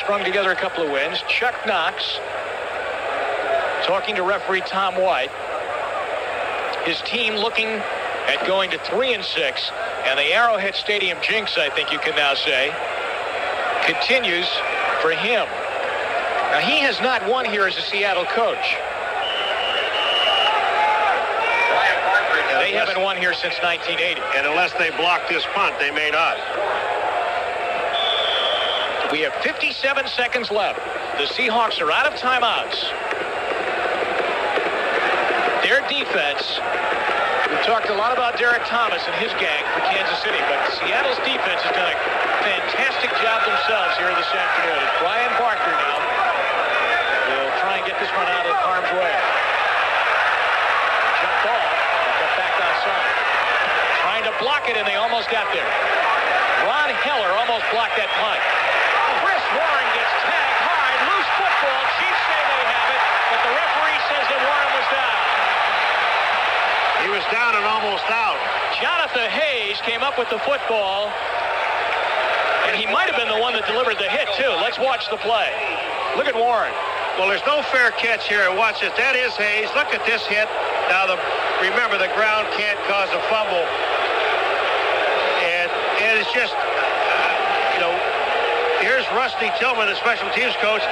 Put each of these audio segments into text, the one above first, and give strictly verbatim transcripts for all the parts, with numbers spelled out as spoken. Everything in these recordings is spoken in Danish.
strung together a couple of wins. Chuck Knox talking to referee Tom White. His team looking at going to three and six, and the Arrowhead Stadium jinx, I think you can now say, continues for him. Now, he has not won here as a Seattle coach. They haven't won here since nineteen eighty. And unless they block this punt, they may not. We have fifty-seven seconds left. The Seahawks are out of timeouts. Their defense, we've talked a lot about Derek Thomas and his gang for Kansas City, but Seattle's defense has done a fantastic job themselves here this afternoon. It's Brian Barker now. We'll try and get this one out of harm's way. Jumped off, got back outside. Trying to block it, and they almost got there. Ron Heller almost blocked that punt. Chris Warren gets tagged hard. Loose football. Chiefs say they have it, but the referee says that Warren was down. He was down and almost out. Jonathan Hayes came up with the football, and he might have been the one that delivered the hit, too. Let's watch the play. Look at Warren. Well, there's no fair catch here. Watch this. That is Hayes. Look at this hit. Now, the remember, the ground can't cause a fumble. And, and it's just, uh, you know, here's Rusty Tillman, the special teams coach.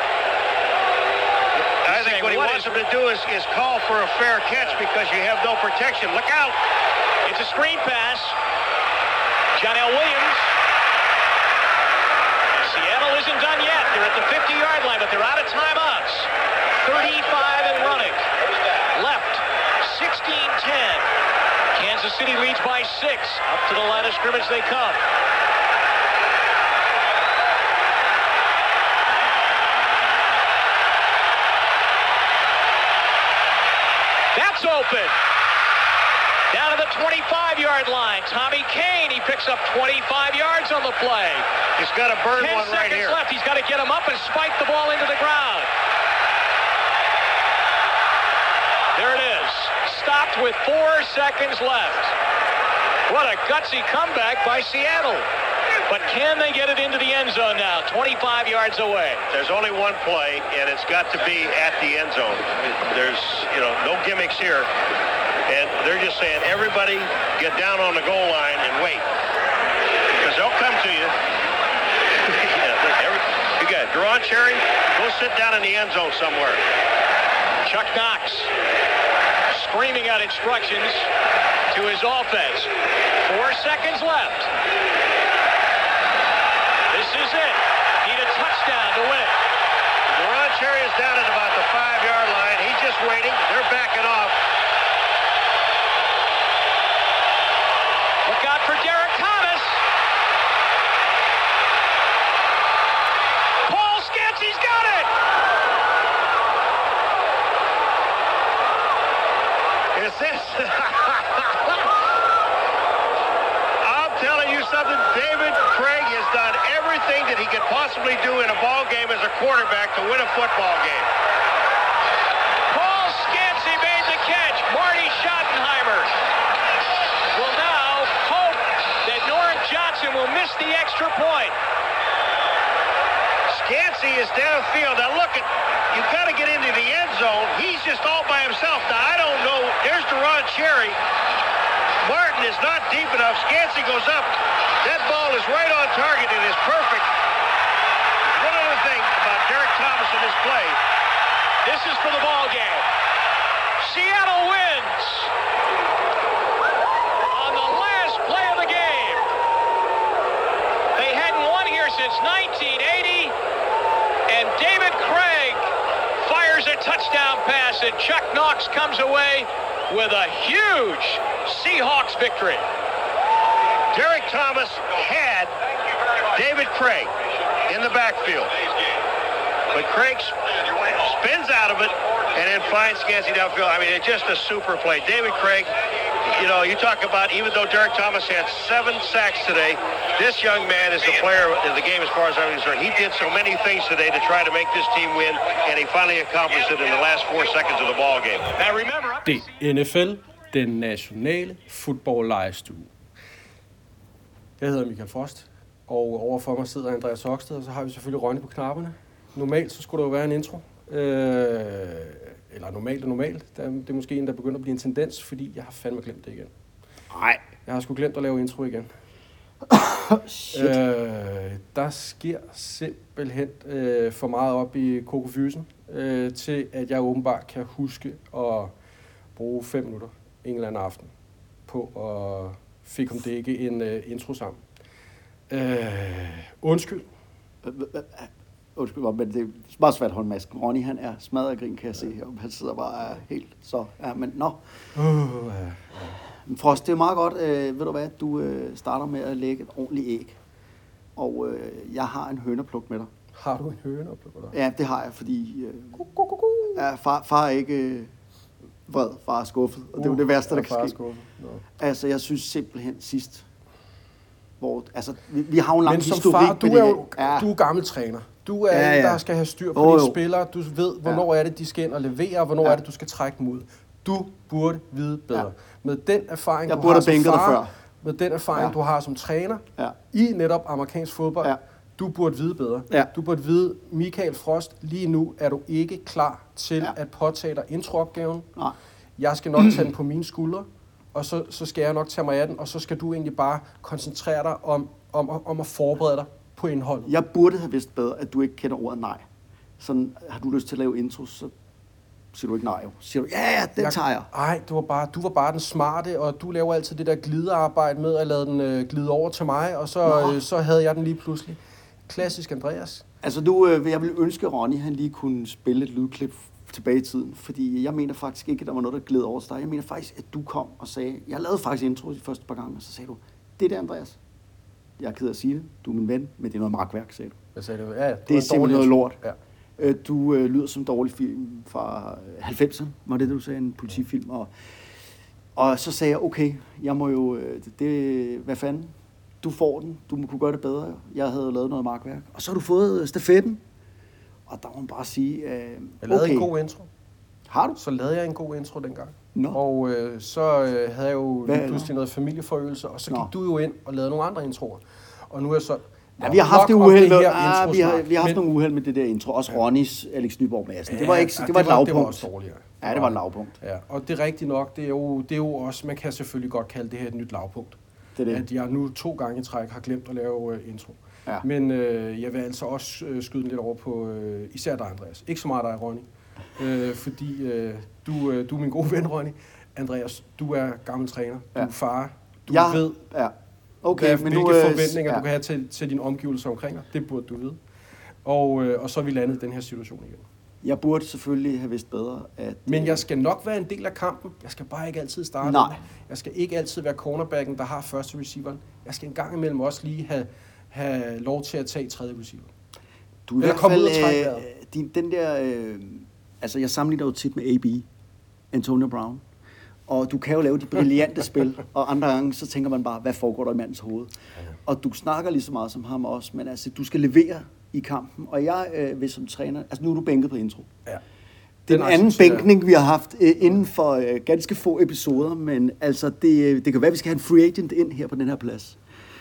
I think what he wants him to do is, is call for a fair catch because you have no protection. Look out. It's a screen pass. John L. Williams. Seattle isn't done yet. They're at the fifty-yard line, but they're out of timeouts. thirty-five and running. Left. sixteen ten. Kansas City leads by six. Up to the line of scrimmage they come. That's open. Down to the twenty-five-yard line. Tommy Kane, he picks up twenty-five yards on the play. He's got to burn one right here. Ten seconds left. He's got to get him up and spike the ball into the ground. There it is. Stopped with four seconds left. What a gutsy comeback by Seattle. But can they get it into the end zone now? twenty-five yards away. There's only one play, and it's got to be at the end zone. There's, you know, no gimmicks here. And they're just saying, everybody get down on the goal line and wait. Because they'll come to you. yeah, every, you got Deron Cherry, go sit down in the end zone somewhere. Chuck Knox screaming out instructions to his offense. Four seconds left. This is it. Need a touchdown to win. Deron Cherry is down at about the five-yard line. He's just waiting. They're backing off. Look out for Derek Thomas. Paul Scansey's got it. Is this? I'm telling you something. David Craig has done everything that he could possibly do in a ball game as a quarterback to win a football game. Paul Scansey made the catch. Marty Schottenheimer will now hope that Norm Johnson will miss the extra point. Scansey is downfield. Now look at, you've got to get into the end zone. He's just all by himself. Now I don't know. There's Deron Cherry. Martin is not deep enough. Scansey goes up. That ball is right on target and is perfect. One other thing about Derek Thomas in this play. This is for the ball game. Seattle wins on the last play of the game. They hadn't won here since nineteen eighty, and David Craig fires a touchdown pass, and Chuck Knox comes away with a huge Seahawks victory. Derek Thomas had David Craig in the backfield, but Craig spins out of it and then finds Scansey downfield. I mean, it's just a super play. David Craig, you know, you talk about, even though Derek Thomas had seven sacks today, this young man is the player in the game as far as I'm concerned. He did so many things today to try to make this team win, and he finally accomplished it in the last four seconds of the ball game. Now remember, det er N F L, den nationale fodboldlejestue. Jeg hedder Michael Frost. Og overfor mig sidder Andreas Hoksted, og så har vi selvfølgelig Ronny på knapperne. Normalt så skulle der jo være en intro. Øh, eller normalt og normalt. Det er måske en, der begynder at blive en tendens, fordi jeg har fandme glemt det igen. Nej. Jeg har sgu glemt at lave intro igen. Shit. Øh, der sker simpelthen øh, for meget op i kokofysen, øh, til at jeg åbenbart kan huske at bruge fem minutter en eller anden aften på at fik om det ikke en øh, intro sammen. Øh, undskyld. Undskyld, men det er meget svært at holde masken. Ronny, han er smadret af grin, kan jeg se her. Han sidder bare helt så... Ja, men nå. Uh, ja, ja. Frost, det er meget godt. Øh, ved du hvad, du øh, starter med at lægge et ordentligt æg. Og øh, jeg har en hønepluk med dig. Har du en høne op? Eller? Ja, det har jeg, fordi... Øh, ja, far, far er ikke øh, vred, far er skuffet. Og det er jo det værste, der kan ske. No. Altså, jeg synes simpelthen sidst... Hvor, altså, vi, vi har jo en lang Men som historik. far, du er jo ja. du er gammel træner. Du er ja, ja. en, der skal have styr på oh, dine spillere. Du ved, hvornår ja. er det, de skal ind og levere, og hvornår ja. er det, du skal trække dem ud. Du burde vide bedre. Ja. Med den erfaring, jeg du har som far, før. med den erfaring, ja. du har som træner ja. i netop amerikansk fodbold, ja. du burde vide bedre. Ja. Du burde vide, Michael Frost, lige nu er du ikke klar til ja. at påtage dig introopgaven. Nej. Jeg skal nok tage den på mine skuldre, og så, så skal jeg nok tage mig af den, og så skal du egentlig bare koncentrere dig om, om, om at forberede dig på indholdet. Jeg burde have vidst bedre, at du ikke kender ordet nej. Sådan, har du lyst til at lave intro, så siger du ikke nej. Jo. Så siger du, ja, ja, den jeg, tager jeg. Nej, du var, bare, du var bare den smarte, og du laver altid det der glidearbejde med at lade den øh, glide over til mig, og så, øh, så havde jeg den lige pludselig. Klassisk Andreas. Altså, du, øh, jeg ville ønske, at Ronny han lige kunne spille et lydklip tilbage i tiden, fordi jeg mener faktisk ikke, at der var noget, der gled over til dig. Jeg mener faktisk, at du kom og sagde, jeg lavede faktisk intro de første par gange, og så sagde du, det der, Andreas. Jeg er ked af at sige det. Du er min ven, men det er noget magtværk, sagde du. Hvad sagde du? Ja, det, det er simpelthen noget lort. Ja. Du øh, lyder som en dårlig film fra halvfemserne, var det, du sagde, en politifilm. Og, og så sagde jeg, okay, jeg må jo, det, hvad fanden, du får den, du må kunne gøre det bedre. Jeg havde lavet noget magtværk. Og så har du fået stafetten. Og der må man bare sige, øh, okay. Jeg lavede en god intro. Har du? Så lavede jeg en god intro dengang. No. Og øh, så øh, havde jeg jo lige pludselig noget familieforøgelse, og så gik no. du jo ind og lavede nogle andre introer. Og nu er jeg så... Ja, vi har haft det uheld med, ah, vi har, vi har haft men, nogle uheld med det der intro. Også ja. Ronnys Alex Nyborg Madsen. Ja, det var ikke, det, det var et lavpunkt. Det var også dårligt, ja. ja, det var et lavpunkt. Ja, og det er rigtigt nok. Det er, jo, det er jo også, man kan selvfølgelig godt kalde det her et nyt lavpunkt. Det er det. At jeg nu to gange i træk har glemt at lave uh, intro. Ja. Men øh, jeg vil altså også øh, skyde lidt over på øh, især dig, Andreas. Ikke så meget dig, Ronny. Øh, fordi øh, du, øh, du er min gode ven, Ronny. Andreas, du er gammel træner. Du er far. Du ja. ved, ja. okay, hvad, men hvilke nu, forventninger ja. du kan have til, til dine omgivelser omkring dig. Det burde du vide. Og, øh, og så er vi landet i den her situation igen. Jeg burde selvfølgelig have vidst bedre, at... Men jeg skal nok være en del af kampen. Jeg skal bare ikke altid starte. Nej. Jeg skal ikke altid være cornerbacken, der har første receiveren. Jeg skal en gang imellem også lige have, have lov til at tage tredje receiver. Du er i hvert fald... Øh, din, den der... Øh, altså, jeg sammenligner jo tit med A B, Antonio Brown. Og du kan jo lave de brillante spil, og andre gange, så tænker man bare, hvad foregår der i mandens hoved? Ja. Og du snakker lige så meget som ham også, men altså, du skal levere i kampen. Og jeg øh, vil som træner... Altså, nu er du bænket på intro. Ja. Det er en anden bænkning, vi har haft øh, inden for øh, ganske få episoder, men altså, det, det kan være, at vi skal have en free agent ind her på den her plads.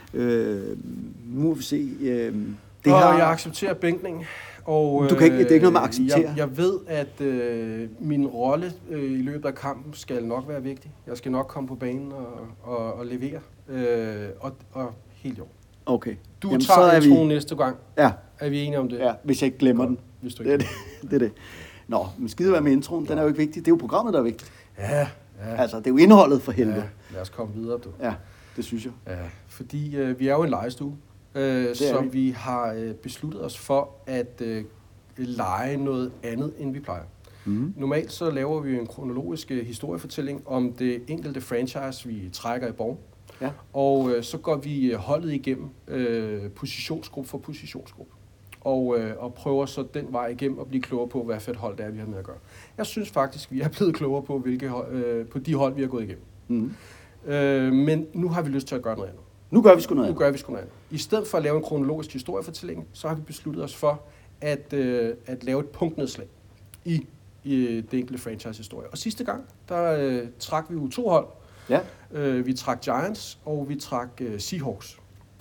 Øh, nu må vi se. Øh, det og har... jeg accepterer bænkning. Og, du kan ikke, det er ikke noget med at acceptere. Jeg, jeg ved, at øh, min rolle øh, i løbet af kampen skal nok være vigtig. Jeg skal nok komme på banen og, og, og levere. Øh, og, og helt jo. Okay. Du Jamen, tager introen vi... næste gang. Ja. Er vi enige om det? Ja, hvis jeg ikke glemmer Godt, den. Hvis du ikke det, det, det er det. Nå, men skide være med introen, den er jo ikke vigtig. Det er jo programmet, der er vigtigt. Ja, ja. Altså, det er jo indholdet for helvede. Ja, lad os komme videre, du. Ja, det synes jeg. Ja, fordi øh, vi er jo en legestue, øh, så vi. vi har øh, besluttet os for at øh, lege noget andet, end vi plejer. Mm. Normalt så laver vi en kronologisk øh, historiefortælling om det enkelte franchise, vi trækker i borg. Ja. Og øh, så går vi holdet igennem øh, positionsgruppe for positionsgruppe. Og, øh, og prøver så den vej igennem at blive klogere på, hvad for et hold det er, vi har med at gøre. Jeg synes faktisk, vi er blevet klogere på, hvilke hold, øh, på de hold, vi har gået igennem. Mm. Øh, men nu har vi lyst til at gøre noget andet. Nu gør vi sgu noget andet. Nu gør vi sgu noget andet. I stedet for at lave en kronologisk historiefortælling, så har vi besluttet os for at, øh, at lave et punktnedslag i, i det enkelte franchise-historie. Og sidste gang, der øh, trak vi jo to hold. Ja. Øh, vi trak Giants, og vi trak øh, Seahawks.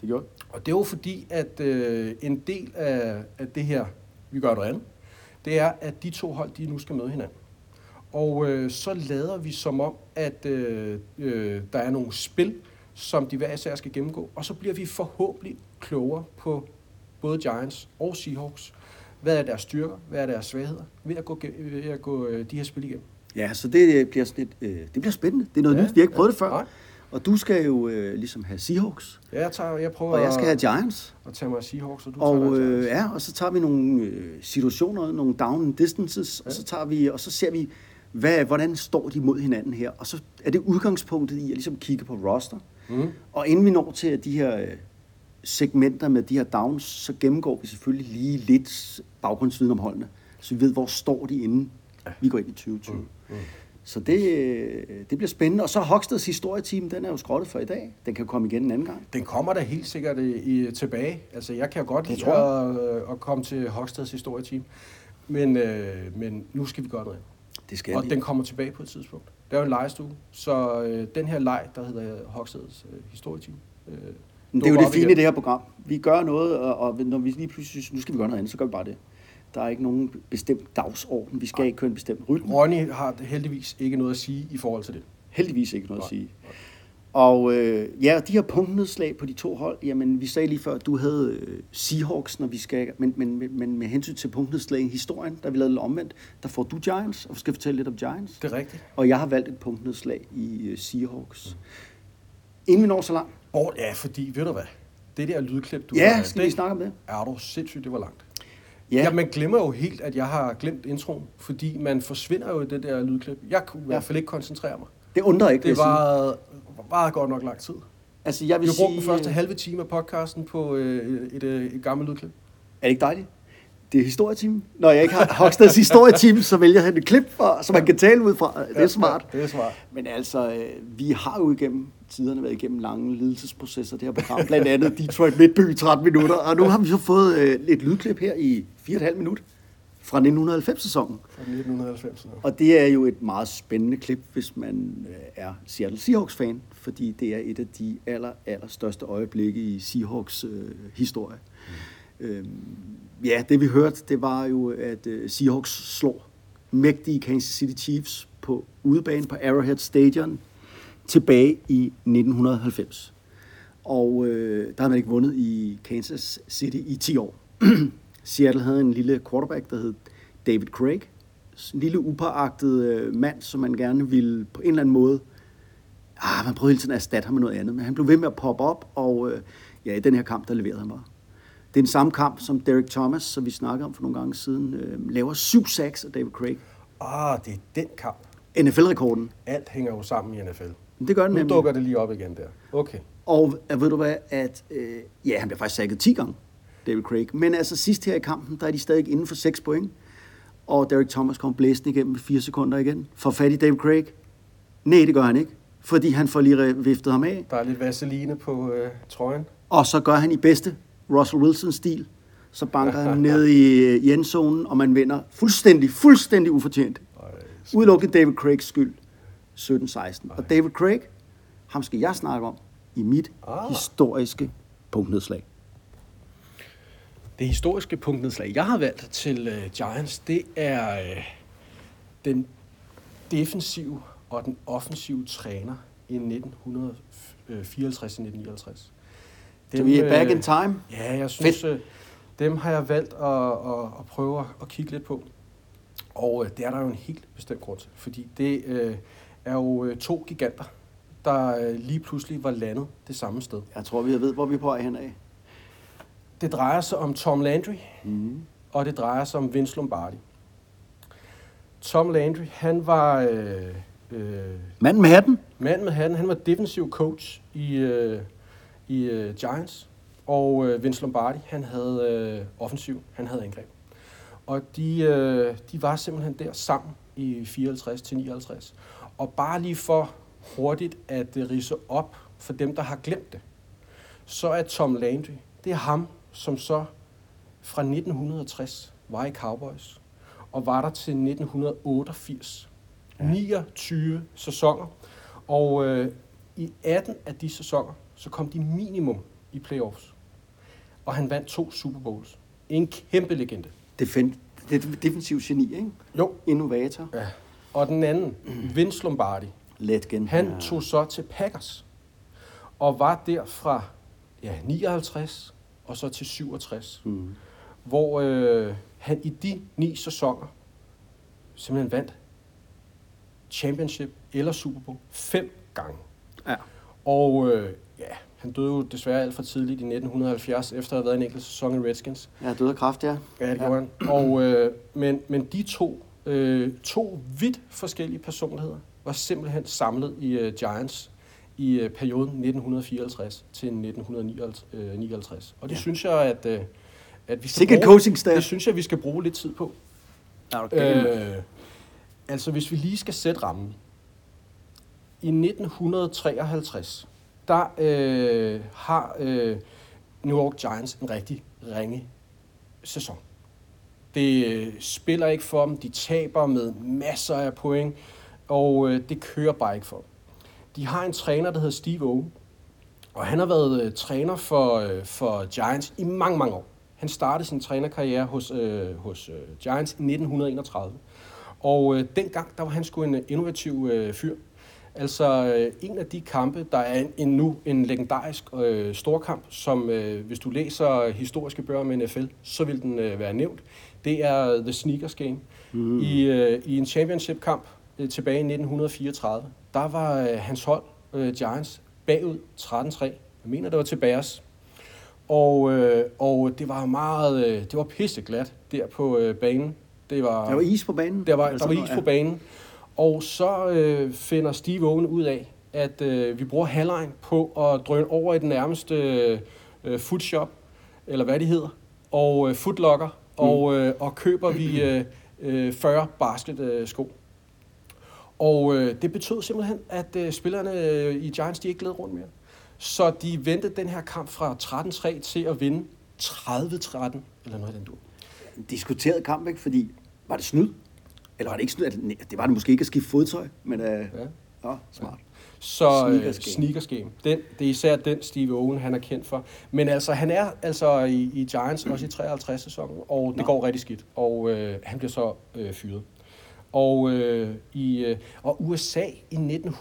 det gjorde. Og det er jo fordi, at øh, en del af, af det her, vi gør noget andet, det er, at de to hold, de nu skal møde hinanden. Og øh, så lader vi som om, at øh, øh, der er nogle spil, som de hver især skal gennemgå, og så bliver vi forhåbentlig klogere på både Giants og Seahawks. Hvad er deres styrker, hvad er deres svagheder, ved at gå, ved at gå øh, de her spil igennem. Ja, så det bliver, sådan et, øh, det bliver spændende. Det er noget Ja, nyt, vi har ikke prøvet ja, det før. nej. Og du skal jo øh, ligesom have Seahawks, Ja, jeg, tager, jeg prøver og jeg skal have Giants. at tage mig af Seahawks, og du Og tager øh, Giants. ja, og så tager vi nogle øh, situationer, nogle down and distances, ja. og så tager vi, og så ser vi, hvad, hvordan står de mod hinanden her. Og så er det udgangspunktet i at ligesom kigge på roster. Mm. Og inden vi når til de her øh, segmenter med de her downs, så gennemgår vi selvfølgelig lige lidt baggrundsviden om holdene, så vi ved, hvor står de inden vi går ind i tyve tyve. Mm. Mm. Så det, øh, det bliver spændende. Og så Hogsteds historieteam, den er jo skrottet for i dag. Den kan komme igen en anden gang. Den kommer da helt sikkert i, i, tilbage. Altså, jeg kan jo godt Det lide tror at, at komme til Hogsteds historieteam. Men, øh, men nu skal vi gøre noget. Det skal Og vi. den kommer tilbage på et tidspunkt. Der er jo en legestue, så øh, den her leg, der hedder Hogsteds øh, historieteam. Øh, Men det er jo dukker det op fine igen. i det her program. Vi gør noget, og, og når vi lige pludselig synes, nu skal vi gøre noget andet, så gør vi bare det. Der er ikke nogen bestemt dagsorden. Vi skal ikke køre en bestemt rytme. Ronny har heldigvis ikke noget at sige i forhold til det. Heldigvis ikke noget Nej. at sige. Og øh, ja, de her punktnedslag på de to hold, jamen vi sagde lige før, at du havde øh, Seahawks, når vi skal, men, men, men, men med hensyn til punktnedslag i historien, der vi lavede lidt omvendt, der får du Giants, og vi skal fortælle lidt om Giants. Det er rigtigt. Og jeg har valgt et punktnedslag i øh, Seahawks. Inden vi når så langt. Og ja, fordi, ved du hvad? Det der lydklip, du Ja, har, skal det vi snakke om det? er du sindssygt, det var langt. Ja, Ja, man glemmer jo helt, at jeg har glemt introen, fordi man forsvinder jo i det der lydklip. Jeg kunne i hvert fald ikke koncentrere mig. det undrer ikke, vil Det jeg sige. var, var godt nok lang tid. Altså, jeg Vi vil har brugt den sige, første halve time af podcasten på øh, et, øh, et gammelt lydklip. Er det ikke dejligt? Det er historieteam. Når jeg ikke har Hogsteds historieteam, så vælger han et klip, fra, som man kan tale ud fra. Det er smart. Ja, det er smart. Men altså, øh, vi har jo igennem tiderne været igennem lange lidelsesprocesser, det her program. Blandt andet Detroit Midtby i tretten minutter. Og nu har vi så fået øh, et lydklip her i fire komma fem minut fra nitten halvfems-sæsonen. Fra nitten halvfems. Og det er jo et meget spændende klip, hvis man øh, er Seattle Seahawks-fan, fordi det er et af de aller, aller største øjeblikke i Seahawks øh, historie. Mm. Øhm, ja, det vi hørte, det var jo, at øh, Seahawks slår mægtige Kansas City Chiefs på udebane på Arrowhead Stadium tilbage i nitten halvfems. Og øh, der havde man ikke vundet i Kansas City i ti år. Seattle havde en lille quarterback, der hed David Craig. En lille upåagtet øh, mand, som man gerne ville på en eller anden måde... Ah, man prøvede hele tiden at erstatte ham med noget andet, men han blev ved med at poppe op, og øh, ja, i den her kamp, der leverede han bare. Det er den samme kamp, som Derek Thomas, som vi snakkede om for nogle gange siden, øh, laver syv sacks af David Craig. Ah, det er den kamp. N F L-rekorden. Alt hænger jo sammen i N F L. Det gør den Nu nemlig. dukker det lige op igen der. Okay. Og øh, ved du hvad, at øh, ja, han bliver faktisk sacket ti gange, David Craig. Men altså sidst her i kampen, der er de stadig inden for seks point. Og Derek Thomas kom blæsende igennem med fire sekunder igen. Får fat i David Craig. Nej, det gør han ikke. Fordi han får lige viftet ham af. Der er lidt vaseline på øh, trøjen. Og så gør han i bedste Russell Wilson-stil. Så banker han ned i, i endzonen, og man vinder fuldstændig, fuldstændig ufortjent. Udelukkende David Craigs skyld. sytten seksten. Og David Craig, ham skal jeg snakke om i mit Ah. historiske punktnedslag. Det historiske punktnedslag, jeg har valgt til øh, Giants, det er øh, den defensive og den offensive træner i nitten fireoghalvtreds til nitten nioghalvtreds. Så vi er back in time. Ja, jeg synes, øh, dem har jeg valgt at, at, at prøve at kigge lidt på. Og øh, det er der jo en helt bestemt grund til, fordi det øh, er jo øh, to giganter, der øh, lige pludselig var landet det samme sted. Jeg tror, vi ved, hvor vi er på vej henad. Det drejer sig om Tom Landry, Mm. og det drejer sig om Vince Lombardi. Tom Landry, han var øh, øh, Manden med hatten. mand med hatten, han var defensiv coach i, øh, i øh, Giants, og øh, Vince Lombardi, han havde øh, offensiv, han havde angreb. Og de, øh, de var simpelthen der sammen i fireoghalvtreds til nioghalvtreds. Og bare lige for hurtigt at øh, ridse op for dem, der har glemt det, så er Tom Landry, det er ham, som så fra nitten tres var i Cowboys, og var der til nitten otteogfirs. Ja. niogtyve sæsoner. Og øh, i atten af de sæsoner, så kom de minimum i playoffs. Og han vandt to Super Bowls. En kæmpe legende. Defen- det defensiv geni, ikke? Jo. Innovator. Ja. Og den anden, Vince Lombardi, Letgen. han Ja. tog så til Packers. Og var der fra ja, nioghalvtreds og så til syvogtres. Mm. Hvor øh, han i de ni sæsoner simpelthen vandt championship eller Super Bowl fem gange. Ja. Og øh, ja, han døde jo desværre alt for tidligt i nitten halvfjerds, efter at have været en enkelt sæson i Redskins. Ja, døde af kræft, ja. Ja, det gjorde han. Og, øh, men, men de to, øh, to vidt forskellige personligheder var simpelthen samlet i uh, Giants i uh, perioden nitten fireoghalvtreds til nitten nioghalvtreds. Og det Ja. synes jeg, at, uh, at vi skal Sikkert bruge, coaching staff. det synes jeg, vi skal bruge lidt tid på. Ja, okay. Øh, altså, hvis vi lige skal sætte rammen. I nitten treoghalvtreds, der øh, har øh, New York Giants en rigtig ringe sæson. Det øh, spiller ikke for dem, de taber med masser af point, og øh, det kører bare ikke for dem. De har en træner, der hedder Steve Owen, og han har været øh, træner for, øh, for Giants i mange, mange år. Han startede sin trænerkarriere hos, øh, hos øh, Giants i nitten enogtredive, og øh, dengang der var han sgu en innovativ øh, fyr. Altså øh, en af de kampe, der er en, en nu en legendarisk øh, storkamp, som øh, hvis du læser historiske bøger om N F L, så vil den øh, være nævnt. Det er The Sneakers Game. Mm. I, øh, I en championship-kamp øh, tilbage i nitten fireogtredive, der var øh, hans hold, øh, Giants, bagud tretten tre. Jeg mener, det var til Bears. Og, øh, og det var meget, øh, det var pisseglat der på øh, banen. Det var, Der var is på banen. Der var, Altså, der var is ja. på banen. Og så øh, finder Steve Owen ud af, at øh, vi bruger halvlejen på at drøne over i den nærmeste øh, footshop, eller hvad det hedder, og øh, footlocker, mm. og, øh, og køber vi øh, øh, fyrre basketsko. Øh, og øh, det betød simpelthen, at øh, spillerne øh, i Giants, de ikke gled rundt mere. Så de vendte den her kamp fra tretten tre til at vinde tredive tretten, eller noget af den dur. En diskuteret kamp, ikke? Fordi, var det snyd? Eller var det ikke snyd? Det var det måske ikke at skifte fodtøj, men øh, ja. Åh, smart. Så Sneakers uh, game. Sneakers Game. Den, det er især den Steve Owen, han er kendt for. Men altså, han er altså i, i Giants også i treoghalvtreds-sæsonen, og det Nå. går rigtig skidt. Og uh, han bliver så uh, fyret. Og, uh, i, uh, og U S A i nitten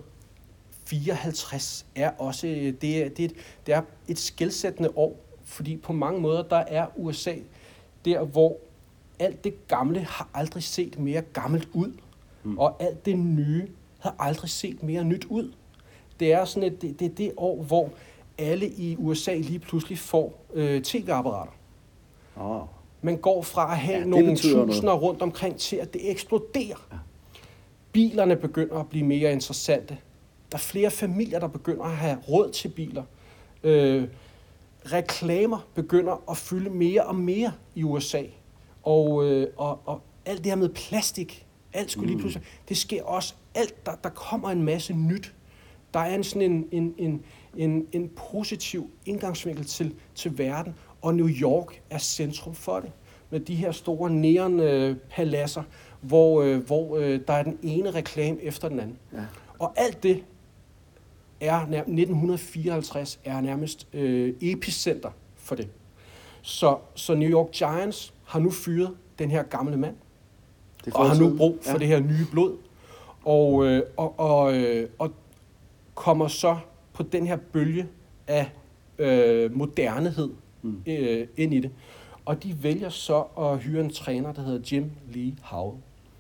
fireoghalvtreds er også det er, det, er et, det er et skelsættende år, fordi på mange måder, der er U S A der, hvor alt det gamle har aldrig set mere gammelt ud, mm. og alt det nye har aldrig set mere nyt ud. Det er sådan et, det, det er det år, hvor alle i U S A lige pludselig får øh, tv-apparater. Oh. Man går fra at have Ja, nogle betyder tusinder noget. rundt omkring til, at det eksploderer. Ja. Bilerne begynder at blive mere interessante. Der er flere familier, der begynder at have råd til biler. Øh, reklamer begynder at fylde mere og mere i U S A. Og, øh, og, og alt det her med plastik, alt skulle lige pludselig, det sker også, alt, der, der kommer en masse nyt. Der er en sådan en, en, en, en, en positiv indgangsvinkel til, til verden, og New York er centrum for det. Med de her store neonpaladser, hvor, øh, hvor øh, der er den ene reklame efter den anden. Ja. Og alt det er nær, nitten fireoghalvtreds er nærmest øh, epicenter for det. Så, så New York Giants har nu fyret den her gamle mand, og har nu brug for ja. det her nye blod, og, øh, og, og, øh, og kommer så på den her bølge af øh, modernehed mm. øh, ind i det. Og de vælger så at hyre en træner, der hedder Jim Lee Howell.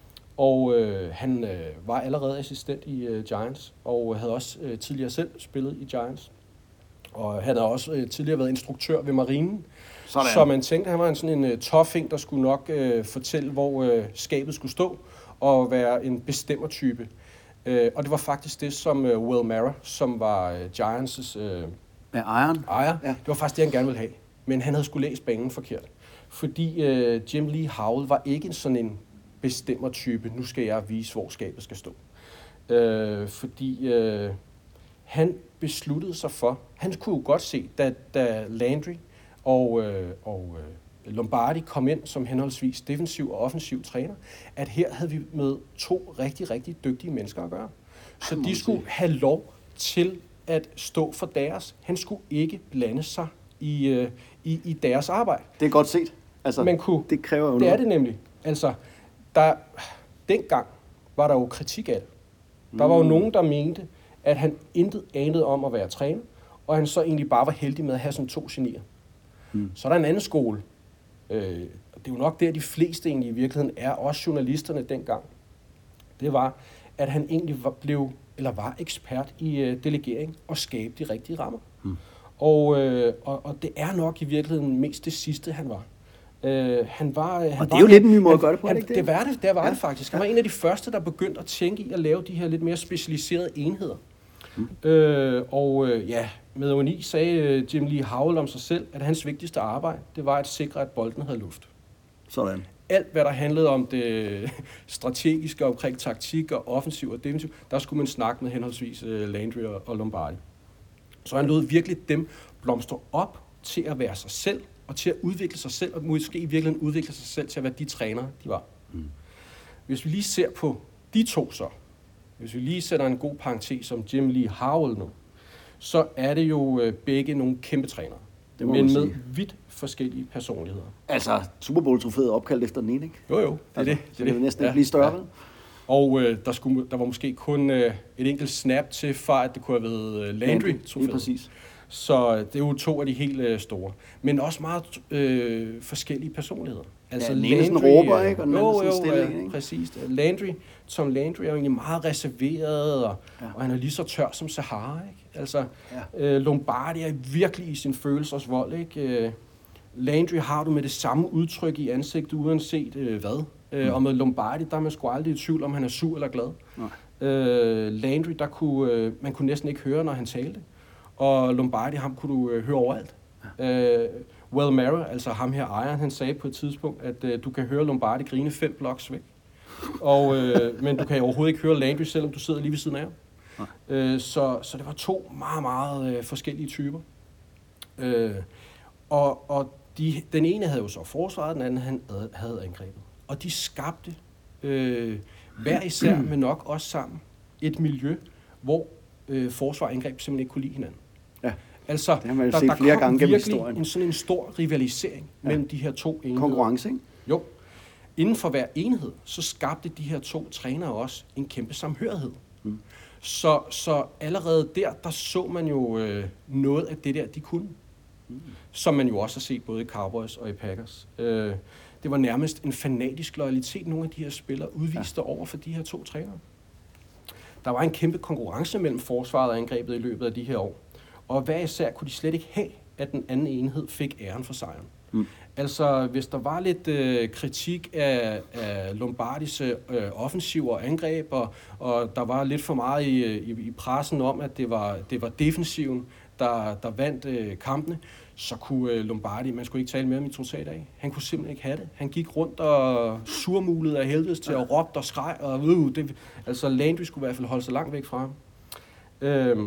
Og øh, han øh, var allerede assistent i øh, Giants, og havde også øh, tidligere selv spillet i Giants. Og han havde også øh, tidligere været instruktør ved Marinen. Sådan. Så man tænkte, at han var en sådan en uh, toffing, der skulle nok uh, fortælle, hvor uh, skabet skulle stå, og være en bestemmertype. Uh, og det var faktisk det, som uh, Will Mara, som var uh, Giants' uh, ja, ejeren. ejer, ja. det var faktisk det, han gerne ville have. Men han havde skulle læst banen forkert. Fordi uh, Jim Lee Howell var ikke en sådan en bestemmertype, nu skal jeg vise, hvor skabet skal stå. Uh, fordi uh, han besluttede sig for, han kunne jo godt se, da, da Landry og, øh, og øh, Lombardi kom ind som henholdsvis defensiv og offensiv træner, at her havde vi med to rigtig, rigtig dygtige mennesker at gøre. Så de skulle have lov til at stå for deres. Han skulle ikke blande sig i, øh, i, i deres arbejde. Det er godt set. Altså, Man kunne, det kræver jo det noget. er det nemlig. Altså, der, dengang var der jo kritik af det. Der var jo Mm. nogen, der mente, at han intet anede om at være træner, og han så egentlig bare var heldig med at have sådan to genier. Mm. Så er der en anden skole. Øh, det er jo nok der, de fleste egentlig i virkeligheden er, også journalisterne dengang. Det var, at han egentlig var, blev, eller var ekspert i øh, delegering og skabe de rigtige rammer. Mm. Og, øh, og, og det er nok i virkeligheden mest det sidste, han var. Øh, han var han Og var, det er jo lidt en ny måde han, at gøre det på, han, ikke det? det var det, det var Ja. det faktisk. Han var en af de første, der begyndte at tænke i at lave de her lidt mere specialiserede enheder. Mm. Øh, og øh, ja, med ironi sagde øh, Jim Lee Howell om sig selv, at hans vigtigste arbejde, det var at sikre, at bolden havde luft. Sådan. Alt, hvad der handlede om det strategiske omkring taktik og offensiv og defensiv, der skulle man snakke med henholdsvis øh, Landry og, og Lombardi. Så han lod virkelig dem blomstre op til at være sig selv, og til at udvikle sig selv, og måske i virkeligheden udvikle sig selv til at være de trænere, de var. Mm. Hvis vi lige ser på de to så, hvis vi lige sætter en god parentes som Jim Lee Howell nu, så er det jo øh, begge nogle kæmpe trænere, Det må men man med sige. vidt forskellige personligheder. Altså, Super Bowl-trofæet er opkaldt efter den ene, ikke? Jo, jo, det er Altså, det. så det vil næsten ikke blive større, vel? Og øh, der, skulle, der var måske kun øh, et enkelt snap til, for at det kunne have været øh, Landry. Lige præcis. Så det er jo to af de helt øh, store. Men også meget øh, forskellige personligheder. Altså, ja, den ene sådan råber, ikke? Og den anden sådan stille, jo, ikke? præcis. Landry, Tom Landry er jo egentlig meget reserveret, og, Ja. og han er lige så tør som Sahara, ikke? Altså, Ja. øh, Lombardi er virkelig i sin følelsers vold, ikke? Øh, Landry har du med det samme udtryk i ansigtet, uanset øh, hvad. Øh, Mm. og med Lombardi, der er man sgu aldrig i tvivl, om han er sur eller glad. Nej. Øh, Landry, der kunne, øh, man kunne næsten ikke høre, når han talte. Og Lombardi, ham kunne du øh, høre overalt. Ja. Øh, Will Mara, altså ham her ejeren, han sagde på et tidspunkt, at øh, du kan høre Lombardi grine fem bloks væk. Og, øh, men du kan overhovedet ikke høre Landry, selvom du sidder lige ved siden af ham. Øh, så, så det var to meget, meget øh, forskellige typer. Øh, og og de, den ene havde jo så forsvaret, den anden han havde angrebet. Og de skabte øh, hver især, men nok også sammen, et miljø, hvor øh, forsvar og angreb simpelthen ikke kunne lide hinanden. Ja. Altså, Det har man jo der, set der flere kom gange gennem virkelig historien. en, sådan en stor rivalisering Ja. mellem de her to enheder. Konkurrence, ikke? Jo. Inden for hver enhed, så skabte de her to trænere også en kæmpe samhørighed. Mm. Så, så allerede der, der så man jo øh, noget af det der, de kunne. Mm. Som man jo også har set både i Cowboys og i Packers. Øh, det var nærmest en fanatisk loyalitet, nogle af de her spillere udviste ja. over for de her to trænere. Der var en kæmpe konkurrence mellem forsvaret og angrebet i løbet af de her år. Og hver især kunne de slet ikke have, at den anden enhed fik æren for sejren. Mm. Altså, hvis der var lidt øh, kritik af, af Lombardis øh, offensiv og angreb, og, og der var lidt for meget i, i, i pressen om, at det var, det var defensiven, der, der vandt øh, kampene, så kunne øh, Lombardi, man skulle ikke tale med ham i to-tre dage. Han kunne simpelthen ikke have det. Han gik rundt og surmulede af helvedes til at råbe og skreg, og øh, det, altså Landry skulle i hvert fald holde sig langt væk fra ham. Øhm,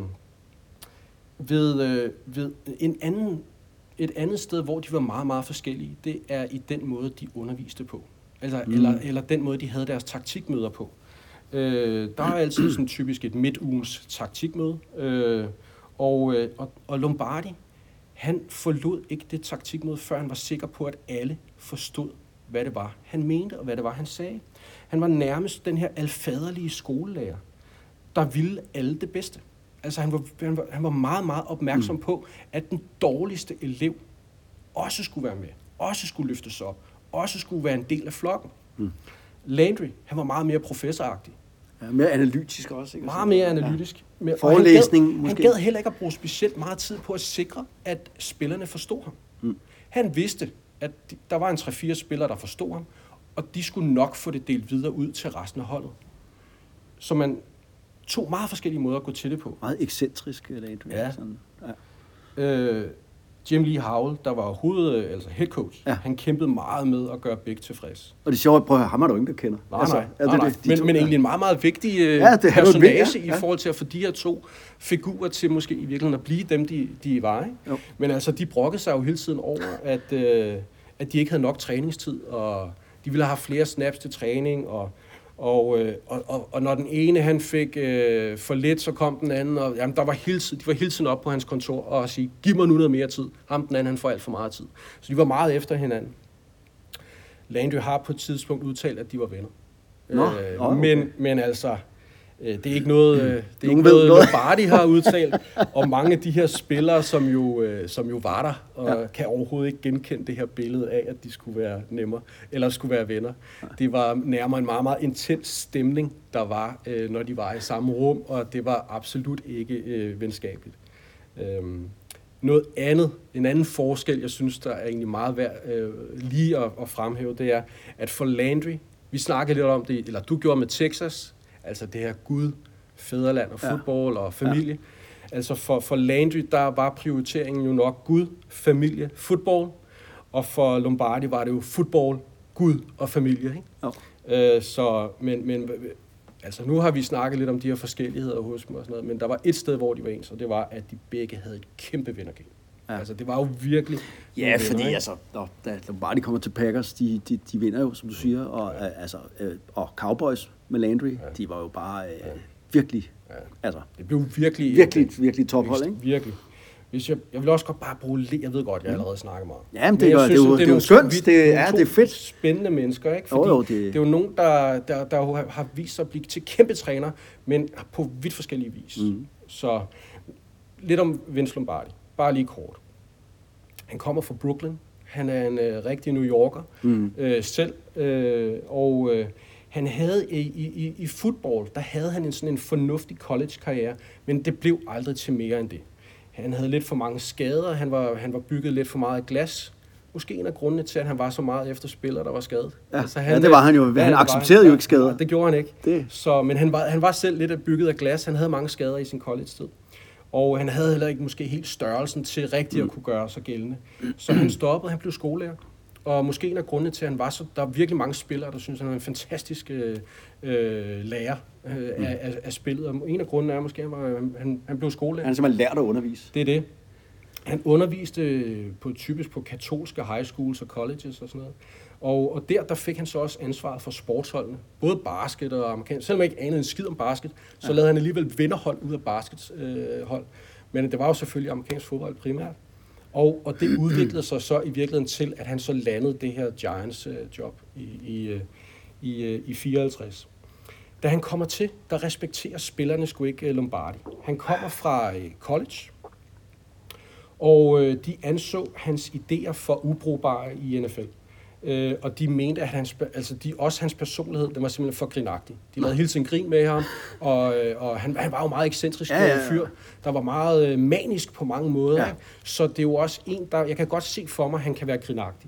ved, øh, ved en anden Et andet sted, hvor de var meget, meget forskellige, det er i den måde, de underviste på. Altså, mm. eller, eller den måde, de havde deres taktikmøder på. Øh, der er altid sådan typisk et midtugens taktikmøde. Øh, og, øh, og, og Lombardi, han forlod ikke det taktikmøde, før han var sikker på, at alle forstod, hvad det var, han mente, og hvad det var, han sagde. Han var nærmest den her alfaderlige skolelærer, der ville alle det bedste. Altså han var, han var, han var meget, meget opmærksom mm. på, at den dårligste elev også skulle være med, også skulle løftes op, også skulle være en del af flokken. Mm. Landry, han var meget mere professoragtig. Ja, mere analytisk også, ikke? Meget mere analytisk. Ja. Forelæsning, han gad, måske. Han gad heller ikke at bruge specielt meget tid på at sikre, at spillerne forstod ham. Mm. Han vidste, at der var en tre-fire spillere, der forstod ham, og de skulle nok få det delt videre ud til resten af holdet. Så man to meget forskellige måder at gå til det på. Meget ekscentrisk, Landry. Ja. Sådan. Ja. Øh, Jim Lee Howell, der var hoved, altså head coach, ja. han kæmpede meget med at gøre begge tilfreds. Og det sjove, prøv at høre, ham er du ingen, der kender. Nej, altså, nej, ja, nej, det, nej. Det, de men, to, men ja. egentlig en meget, meget vigtig øh, ja, det personage ja. i forhold til at få de her to figurer til måske i virkeligheden at blive dem, de, de var. Ikke? Men altså, de brokkede sig jo hele tiden over, at, øh, at de ikke havde nok træningstid, og de ville have flere snaps til træning, og Og, øh, og, og, og når den ene han fik øh, for lidt, så kom den anden, og jamen, der var hele tiden, de var hele tiden op på hans kontor og sige, giv mig nu noget mere tid. Ham den anden, han får alt for meget tid. Så de var meget efter hinanden. Landry har på et tidspunkt udtalt, at de var venner. Nå, øh, okay. men, men altså, øh, det er ikke noget, øh, det er Nogen ikke noget, noget. Lombardi har udtalt, og mange af de her spillere, som jo, øh, som jo var der, og ja. kan overhovedet ikke genkende det her billede af, at de skulle være nemmere, eller skulle være venner. Ja. Det var nærmere en meget, meget intens stemning, der var, øh, når de var i samme rum, og det var absolut ikke øh, venskabeligt. Øhm, Noget andet, en anden forskel, jeg synes, der er egentlig meget værd øh, lige at, at fremhæve, det er, at for Landry, vi snakkede lidt om det, eller du gjorde med Texas, altså det her Gud, fædreland og fodbold ja. og familie. Ja. Altså for, for Landry, der var prioriteringen jo nok Gud, familie, fodbold, og for Lombardi var det jo fodbold, Gud og familie. Ikke? Ja. Øh, så, men, men altså nu har vi snakket lidt om de her forskelligheder hos dem og sådan noget, men der var et sted, hvor de var ens, og det var, at de begge havde et kæmpe vindergame. Ja. Altså det var jo virkelig... Ja, vinder, fordi ikke? altså, når, da Lombardi kommer til Packers, de, de, de vinder jo, som du siger, og, ja. altså, øh, og Cowboys med Landry, ja. de var jo bare øh, ja. virkelig... Ja. Altså, det blev virkelig... Virkelig, virkelig tophold, ikke? Virkelig. Hvis jeg, jeg vil også godt bare bruge lidt, jeg ved godt, jeg allerede snakker meget. Ja, men det, men jeg synes, det, er jo, det er jo skønt, det, det er, det er fedt. Spændende mennesker, ikke? Fordi jo, jo, det... det er jo nogen, der, der, der har vist sig at blive til kæmpe træner, men på vidt forskellige vis. Mm. Så lidt om Vince Lombardi, bare lige kort. Han kommer fra Brooklyn, han er en øh, rigtig New Yorker mm. øh, selv, øh, og øh, han havde i, i, i fodbold, der havde han en sådan en fornuftig college-karriere, men det blev aldrig til mere end det. Han havde lidt for mange skader, han var, han var bygget lidt for meget af glas. Måske en af grundene til, at han var så meget efter spillere, der var skadet. Ja, altså, han, ja det var han jo. Han, han accepterede var, jo ikke skader. Ja, det gjorde han ikke. Det. Så, men han var, han var selv lidt bygget af glas. Han havde mange skader i sin college-tid. Og han havde heller ikke måske helt størrelsen til rigtigt mm. at kunne gøre sig gældende. Så han stoppede, han blev skolelærer. Og måske en af grundene til, at han var så... Der er virkelig mange spillere, der synes, han er en fantastisk øh, øh, lærer øh, mm. af, af, af spillet. Og en af grundene er måske, at han, han, han blev skolelærer. Han har simpelthen lært at undervise. Det er det. Han underviste på, typisk på katolske high schools og colleges og sådan noget. Og, og der, der fik han så også ansvaret for sportsholdene. Både basket og amerikansk. Selvom jeg ikke anede en skid om basket, så ja. lavede han alligevel vinderhold ud af baskethold. Øh, Men det var jo selvfølgelig amerikansk fodbold primært. Og, og det udviklede sig så i virkeligheden til, at han så landede det her Giants-job i, i, i, i fireoghalvtreds. Da han kommer til, der respekterer spillerne sgu ikke Lombardi. Han kommer fra college, og de anså hans idéer for ubrugbare i N F L. Øh, og de mente, at hans, altså de, også hans personlighed, den var simpelthen for grinagtig. De lavede hele tiden grin med ham, og, og han, han var jo meget ekscentrisk ja, ja, ja. fyr, der var meget øh, manisk på mange måder. Ja. Så det er jo også en, der, jeg kan godt se for mig, at han kan være grinagtig.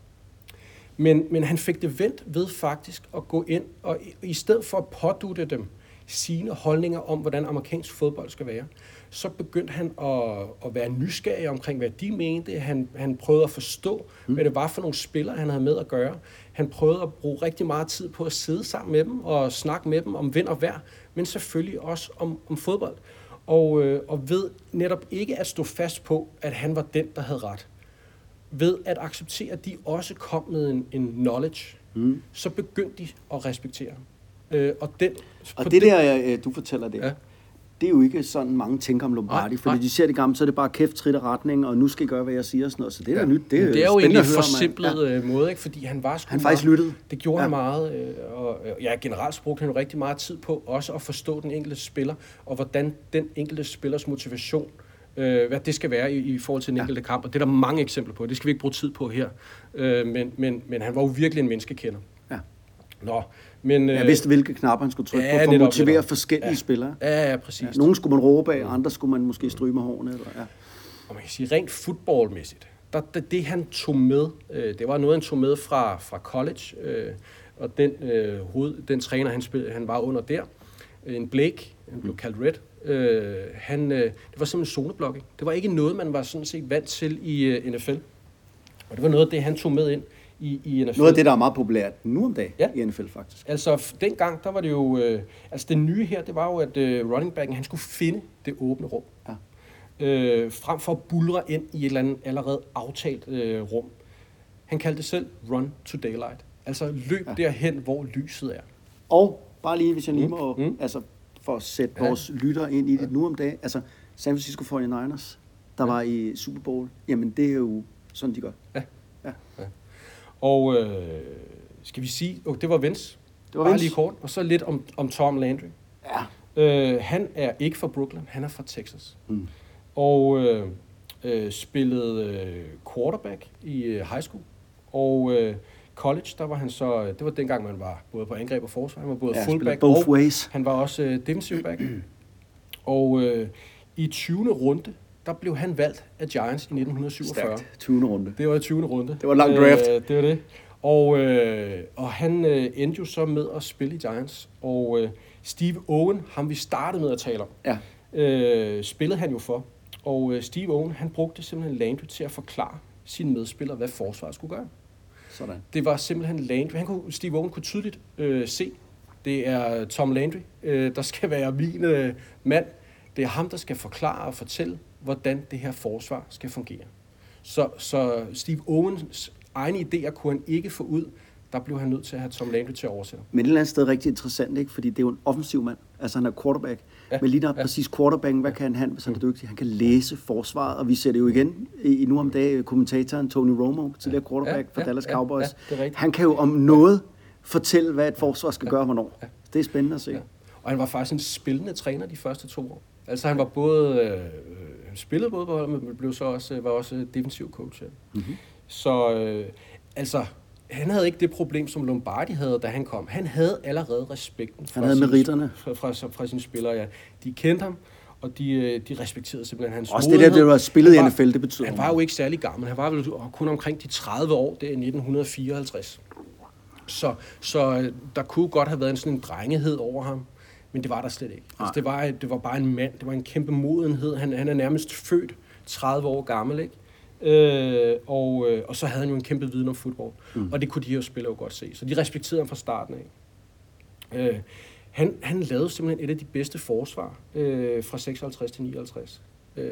Men, men han fik det vendt ved faktisk at gå ind, og i, i stedet for at pådutte dem sine holdninger om, hvordan amerikansk fodbold skal være, så begyndte han at, at være nysgerrig omkring, hvad de mente. Han, han prøvede at forstå, mm. hvad det var for nogle spillere, han havde med at gøre. Han prøvede at bruge rigtig meget tid på at sidde sammen med dem og snakke med dem om vind og vejr, men selvfølgelig også om, om fodbold. Og, øh, og ved netop ikke at stå fast på, at han var den, der havde ret. Ved at acceptere, at de også kom med en, en knowledge, mm. så begyndte de at respektere ham. Øh, og den, og det, det der, du fortæller der, ja. Det er jo ikke sådan, mange tænker om Lombardi, nej, fordi nej. de ser det gamle, så er det bare kæft, trit og retning, og nu skal I gøre, hvad jeg siger, og sådan noget. Så det er ja. nyt. Det er, det er jo egentlig en forsimplet ja. måde, ikke? Fordi han var sgu Han faktisk lyttede. Det gjorde ja. han meget, og ja, generelt brugte han jo rigtig meget tid på også at forstå den enkelte spiller, og hvordan den enkelte spillers motivation, øh, hvad det skal være i, i forhold til den enkelte ja. kamp. Og det er der mange eksempler på, det skal vi ikke bruge tid på her. Øh, men, men, men han var jo virkelig en menneskekender. Ja. Nå, men, jeg vidste, hvilke knapper han skulle trykke ja, på, for at motivere netop. forskellige ja. spillere. Ja, ja, præcis. Ja, nogle skulle man råbe af, andre skulle man måske stryge med hårene. Eller, ja. Og man kan sige, rent fodboldmæssigt, der, det, det han tog med, øh, det var noget, han tog med fra, fra college, øh, og den, øh, hoved, den træner, han, spil, han var under der, en Blake, han blev kaldt Red, øh, han, øh, det var simpelthen zoneblocking. Det var ikke noget, man var sådan set vant til i uh, N F L. Og det var noget af det, han tog med ind. I, i N F L. Noget af det, der er meget populært nu om dagen ja. i N F L, faktisk. Altså, dengang, der var det jo... Øh, altså, det nye her, det var jo, at øh, running backen, han skulle finde det åbne rum. Ja. Øh, frem for at buldre ind i et eller andet allerede aftalt øh, rum. Han kaldte det selv run to daylight. Altså, løb ja. derhen, hvor lyset er. Og bare lige, hvis jeg lige Mm, må, mm. altså for at sætte Ja. vores lyttere ind i det nu om dagen, altså San Francisco forty-niners, der Ja. var i Super Bowl, jamen det er jo sådan, de gør. Ja. Ja. Ja. Og øh, skal vi sige, oh, det var Vince. Det var Bare Vince. lige kort. Og så lidt om, om Tom Landry. Ja. Øh, han er ikke fra Brooklyn, han er fra Texas. Mm. Og øh, øh, spillede øh, quarterback i øh, high school. Og øh, college, der var han så, det var dengang man var både på angreb og forsvar. Han var både Ja, fullback spillede both og ways. han var også øh, defensive back. Og øh, i tyvende runde, der blev han valgt af Giants i nitten syvogfyrre. Stærkt. tyvende runde. Det var i tyvende runde. Det var en lang draft. Øh, det var det. Og, øh, og han øh, endte jo så med at spille i Giants. Og øh, Steve Owen, ham vi startede med at tale om, Ja. øh, spillede han jo for. Og øh, Steve Owen, han brugte simpelthen Landry til at forklare sine medspillere, hvad forsvaret skulle gøre. Sådan. Det var simpelthen Landry. Han kunne, Steve Owen kunne tydeligt øh, se, det er Tom Landry, øh, der skal være min øh, mand. Det er ham, der skal forklare og fortælle, hvordan det her forsvar skal fungere. Så, så Steve Owens egne idéer kunne han ikke få ud. Der blev han nødt til at have Tom Landry til at oversætte. Men et eller andet sted rigtig interessant, ikke? Fordi det er jo en offensiv mand. Altså han er quarterback. Ja. Ja. Men lige der Ja. præcis quarterbacken, hvad kan han, hvis han er dygtig? Han kan læse forsvaret, og vi ser det jo igen i, i nu om dagen kommentatoren Tony Romo, tidligere quarterback Ja, for ja, Dallas ja, Cowboys. ja, det er rigtigt. Han kan jo om noget fortælle, hvad et forsvar skal gøre hvornår. Ja. Det er spændende at se. Ja. Og han var faktisk en spillende træner de første to år. Altså han var både øh, spillede både på holdet, men blev så også var også defensiv coach. Ja. Mm-hmm. Så øh, altså han havde ikke det problem som Lombardi havde, da han kom. Han havde allerede respekten fra Han havde sine, meritterne. fra, fra, fra, fra sine spillere. Ja. De kendte ham, og de, øh, de respekterede simpelthen hans Også det der, det var spillet i Han N F L, det betyder Han var jo ikke særlig gammel. Han var vel kun omkring de tredive år der i nitten fireoghalvtreds. Så, så øh, der kunne godt have været en sådan en drengehed over ham. Men det var der slet ikke. Altså, det, var, det var bare en mand. Det var en kæmpe modenhed. Han, han er nærmest født tredive år gammel, ikke? Øh, og, øh, og så havde han jo en kæmpe viden om fodbold. Mm. Og det kunne de her spillere jo godt se. Så de respekterede ham fra starten af. Øh, han, han lavede simpelthen et af de bedste forsvar øh, fra seksoghalvtreds til nioghalvtreds. Øh,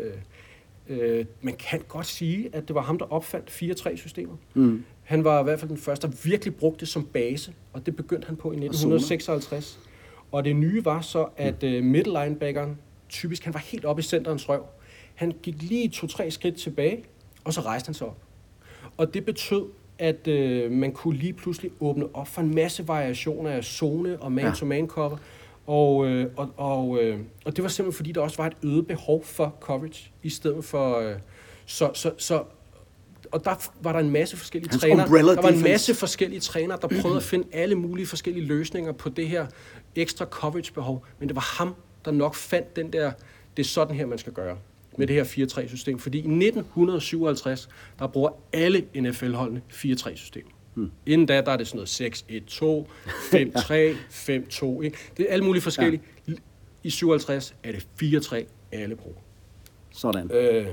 øh, man kan godt sige, at det var ham, der opfandt fire tre systemet. Mm. Han var i hvert fald den første, der virkelig brugte det som base, og det begyndte han på i nitten seksoghalvtreds. Og det nye var så, at uh, middle linebackeren, typisk, han var helt oppe i centerens røv. Han gik lige to-tre skridt tilbage, og så rejste han sig op. Og det betød, at uh, man kunne lige pludselig åbne op for en masse variationer af zone og man-to-man cover. Og, øh, og, og, øh, og det var simpelthen, fordi der også var et øget behov for coverage, i stedet for... Øh, så, så, så, og der var der en masse forskellige Hans trænere. umbrella Der var en defense. masse forskellige trænere, der prøvede at finde alle mulige forskellige løsninger på det her ekstra coverage-behov. Men det var ham, der nok fandt den der, det er sådan her, man skal gøre med det her fire tre system. Fordi i nitten syvoghalvtreds, der bruger alle N F L-holdene fire tre system. Hmm. Inden da, der er det sådan noget seks et to, fem tre, fem to. Ikke? Det er alle mulige forskellige. Ja. I syvoghalvtreds er det fire tre, alle bruger. Sådan. Øh,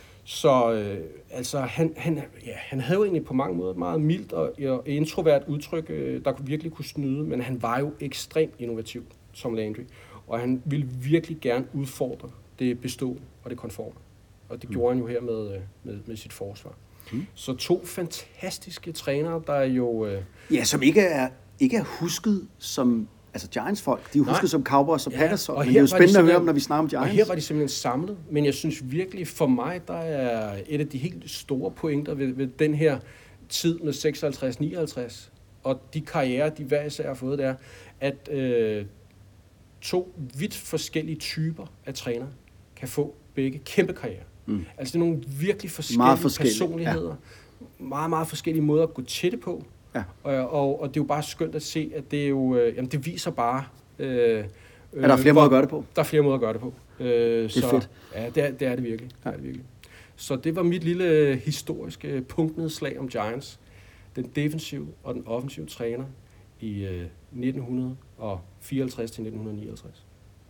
så øh, altså, han, han, ja, han havde jo egentlig på mange måder et meget mildt og, og introvert udtryk, øh, der virkelig kunne snyde, men han var jo ekstremt innovativ som Landry, og han ville virkelig gerne udfordre det bestående og det konforme. Og det mm. gjorde han jo her med, med, med sit forsvar. Mm. Så to fantastiske trænere, der jo... Øh, ja, som ikke er, ikke er husket som... Altså Giants-folk, de er husket som Cowboys og Packers, ja, men det er jo spændende at høre om, når vi snakker om Giants. Og her var de simpelthen samlet, men jeg synes virkelig, for mig, der er et af de helt store pointer ved, ved den her tid med seksoghalvtreds nioghalvtreds, og de karrierer, de hver især har fået, det er, at øh, to vidt forskellige typer af træner kan få begge kæmpe karrierer. Mm. Altså det er nogle virkelig forskellige, meget forskellige personligheder, ja. meget, meget forskellige måder at gå til det på. Ja. Og, og, og det er jo bare skønt at se, at det jo, øh, jamen det viser bare... Øh, er der flere måder at gøre det på? Der er flere måder at gøre det på. Øh, det er så, fedt. Ja, det er det, er det virkelig. Ja. Det er det virkelig. Så det var mit lille historiske punktnedslag om Giants. Den defensive og den offensive træner i øh, nitten fireoghalvtreds til nitten nioghalvtreds.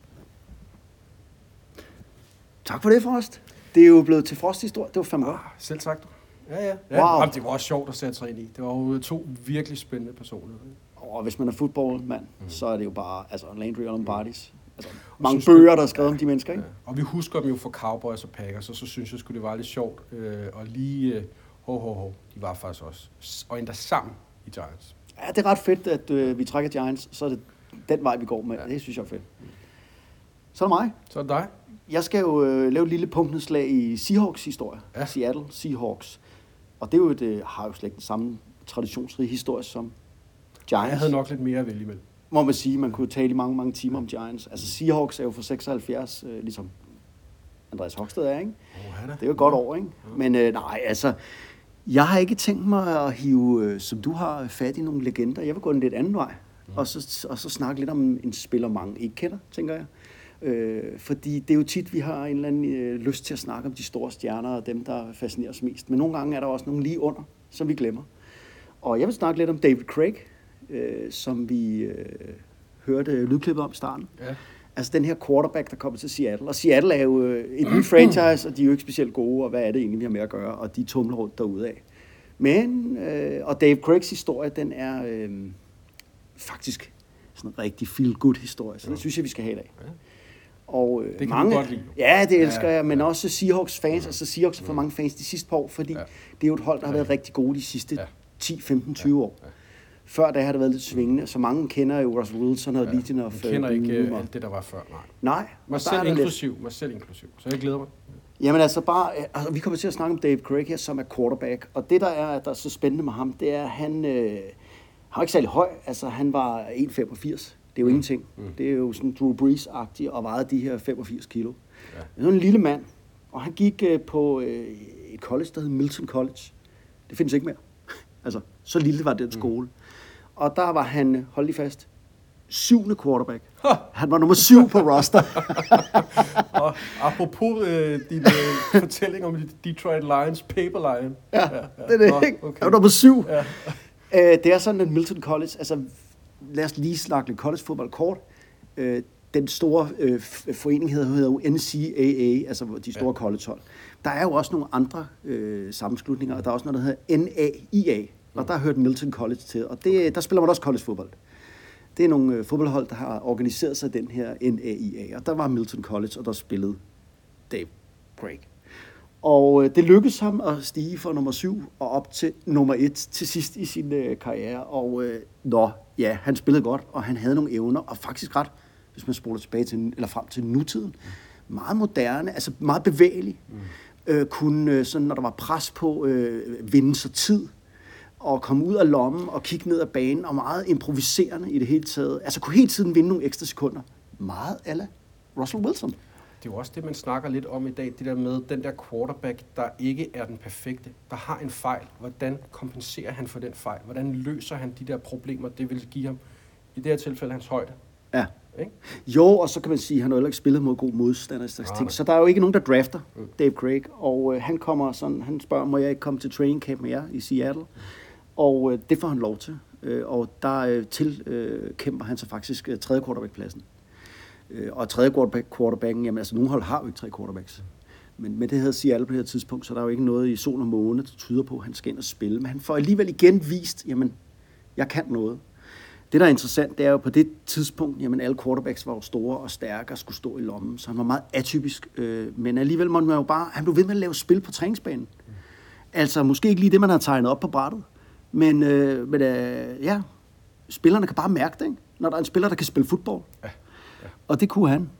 Tak for det, Frost. Det er jo blevet til Frost-historie. Det var fandme godt. Ah, selv sagt. Ja, ja. Wow. ja. Jamen, det var også sjovt at sætte sig ind i. Det var jo to virkelig spændende personer. Og hvis man er fodboldmand, mm. så er det jo bare altså Landry og Lombardis. Altså, mange bøger, der er skrevet ja, om de mennesker, ikke? Ja. Og vi husker dem jo fra Cowboys og Packers, og så synes jeg sgu, det var lidt sjovt. Øh, og lige, øh, ho, ho, ho, de var faktisk også, og endda sammen i Giants. Ja, det er ret fedt, at øh, vi trækker Giants, så er det den vej, vi går med. Ja. Det synes jeg er fedt. Så er det mig. Så er det dig. Jeg skal jo øh, lave et lille punktnedslag i Seahawks historie. Ja. Seattle Seahawks. Og det er jo et, øh, har jo slet ikke den samme traditionsrige historie som Giants. Jeg havde nok lidt mere at vælge med. Må man sige, man kunne tale i mange, mange timer om Giants. Altså Seahawks er jo fra seksoghalvfjerds, øh, ligesom Andreas Hoksted er, ikke? Oh, det er jo et godt år, ikke? Ja. Men øh, nej, altså, jeg har ikke tænkt mig at hive, øh, som du har, fat i nogle legender. Jeg vil gå en lidt anden vej, mm. og, så, og så snakke lidt om en spiller, mange ikke kender, tænker jeg. Øh, fordi det er jo tit, vi har en eller anden øh, lyst til at snakke om de store stjerner, og dem, der fascinerer os mest. Men nogle gange er der også nogle lige under, som vi glemmer. Og jeg vil snakke lidt om David Craig, øh, som vi øh, hørte lydklippet om i starten. Ja. Altså den her quarterback, der kommer til Seattle. Og Seattle er jo et nyt franchise, og de er jo ikke specielt gode, og hvad er det egentlig, vi har med at gøre? Og de tumler rundt derudaf. Men, øh, og Dave Craigs historie, den er øh, faktisk sådan en rigtig feel-good historie. Så det synes jeg, vi skal have i dag. Ja. Og, øh, det kan mange, du godt lide. Ja, det elsker ja, jeg, men ja. også Seahawks fans. Ja. Altså Seahawks har for mange fans de sidste par år, fordi ja. det er jo et hold, der har været rigtig gode de sidste ja. ti, femten, tyve ja. år. Ja. Før da har det været lidt svingende, så mange kender jo Russell Wilson og ja, Legion of... Jeg kender ikke alt det, der var før, nej. Nej. Mig selv inklusiv, mig selv inklusiv, så jeg glæder mig. Jamen altså bare, altså, vi kommer til at snakke om Dave Craig her, som er quarterback, og det der er, der er så spændende med ham, det er, at han øh, har ikke særlig høj, altså han var en komma femogfirs, det er jo mm. ingenting. Mm. Det er jo sådan Drew Brees-agtigt og vejede de her femogfirs kilo. Ja. Det er en lille mand, og han gik øh, på øh, et college, der hed Milton College. Det findes ikke mere. Altså, så lille var den skole. Mm. Og der var han, hold lige fast, syvende quarterback. Han var nummer syv på roster. Og apropos øh, din øh, fortælling om Detroit Lions, Paper Lion. Ja, ja, ja. det er det, ikke? Okay. Han var nummer syv. Ja. Æ, det er sådan, at Milton College, altså lad os lige snakke lidt college-fodbold kort. Øh, den store øh, forening hedder, hedder jo N C A A, altså de store ja. collegehold. Der er jo også nogle andre øh, sammenslutninger, og der er også noget, der hedder N A I A. Og der har hørt Milton College til, og det, der spiller man også college-fodbold. Det er nogle øh, fodboldhold, der har organiseret sig den her N A I A, og der var Milton College, og der spillede Dave Craig. Og øh, det lykkedes ham at stige fra nummer syv og op til nummer et til sidst i sin øh, karriere. Og øh, nå, ja, han spillede godt, og han havde nogle evner, og faktisk ret, hvis man spoler tilbage til, eller frem til nutiden, meget moderne, altså meget bevægelig. Mm. Øh, kunne, øh, sådan, når der var pres på, øh, vinde sig tid, og komme ud af lommen og kigge ned ad banen, og meget improviserende i det hele taget. Altså kunne hele tiden vinde nogle ekstra sekunder. Meget ala Russell Wilson. Det er jo også det, man snakker lidt om i dag, det der med den der quarterback, der ikke er den perfekte, der har en fejl. Hvordan kompenserer han for den fejl? Hvordan løser han de der problemer, det vil give ham, i det her tilfælde, hans højde? Ja. Ikke? Jo, og så kan man sige, at han har heller ikke spillet mod god modstander. Ah, så der er jo ikke nogen, der drafter mm. Dave Craig, og øh, han kommer sådan, han spørger, må jeg ikke komme til training camp med jer i Seattle? Og øh, det får han lov til, øh, og der øh, tilkæmper øh, han så faktisk øh, tredje quarterback-pladsen. Øh, og tredje quarterbacken, jamen altså nogle hold har jo ikke tre quarterbacks. Men, men det havde Seattle på det her tidspunkt, så der er jo ikke noget i sol og måne, der tyder på, at han skal ind og spille. Men han får alligevel igen vist, jamen, jeg kan noget. Det, der er interessant, det er jo på det tidspunkt, jamen alle quarterbacks var jo store og stærke og skulle stå i lommen, så han var meget atypisk. Øh, men alligevel måtte man jo bare, han blev ved med at lave spil på træningsbanen. Altså måske ikke lige det, man har tegnet op på brættet. Men, øh, men øh, ja, spillerne kan bare mærke det, ikke? Når der er en spiller, der kan spille fodbold. Ja. Ja. Og det kunne han.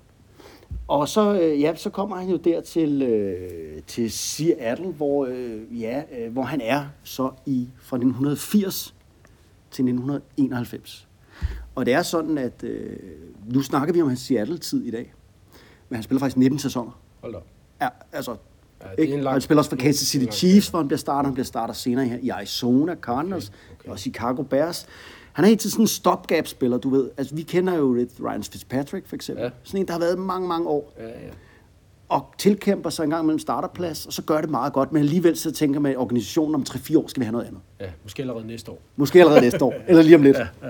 Og så, øh, ja, så kommer han jo der til, øh, til Seattle, hvor, øh, ja, øh, hvor han er så i fra nitten firs til nitten enoghalvfems. Og det er sådan, at øh, nu snakker vi om hans Seattle-tid i dag. Men han spiller faktisk nitten sæsoner. Hold da. Ja, altså... Ja, lang... Han spiller også for Kansas City Chiefs, hvor han bliver starter. Han bliver starter senere her i Arizona Cardinals, okay, okay. og Chicago Bears. Han er helt til sådan en stopgap-spiller, du ved. Altså, vi kender jo lidt Ryan Fitzpatrick, for eksempel. Ja. Sådan en, der har været mange, mange år. Ja, ja. Og tilkæmper sig en gang mellem starterplads, og så gør det meget godt. Men alligevel så tænker man, at organisationen om tre fire år skal vi have noget andet. Ja, måske allerede næste år. Måske allerede næste år, eller lige om lidt. Ja, ja.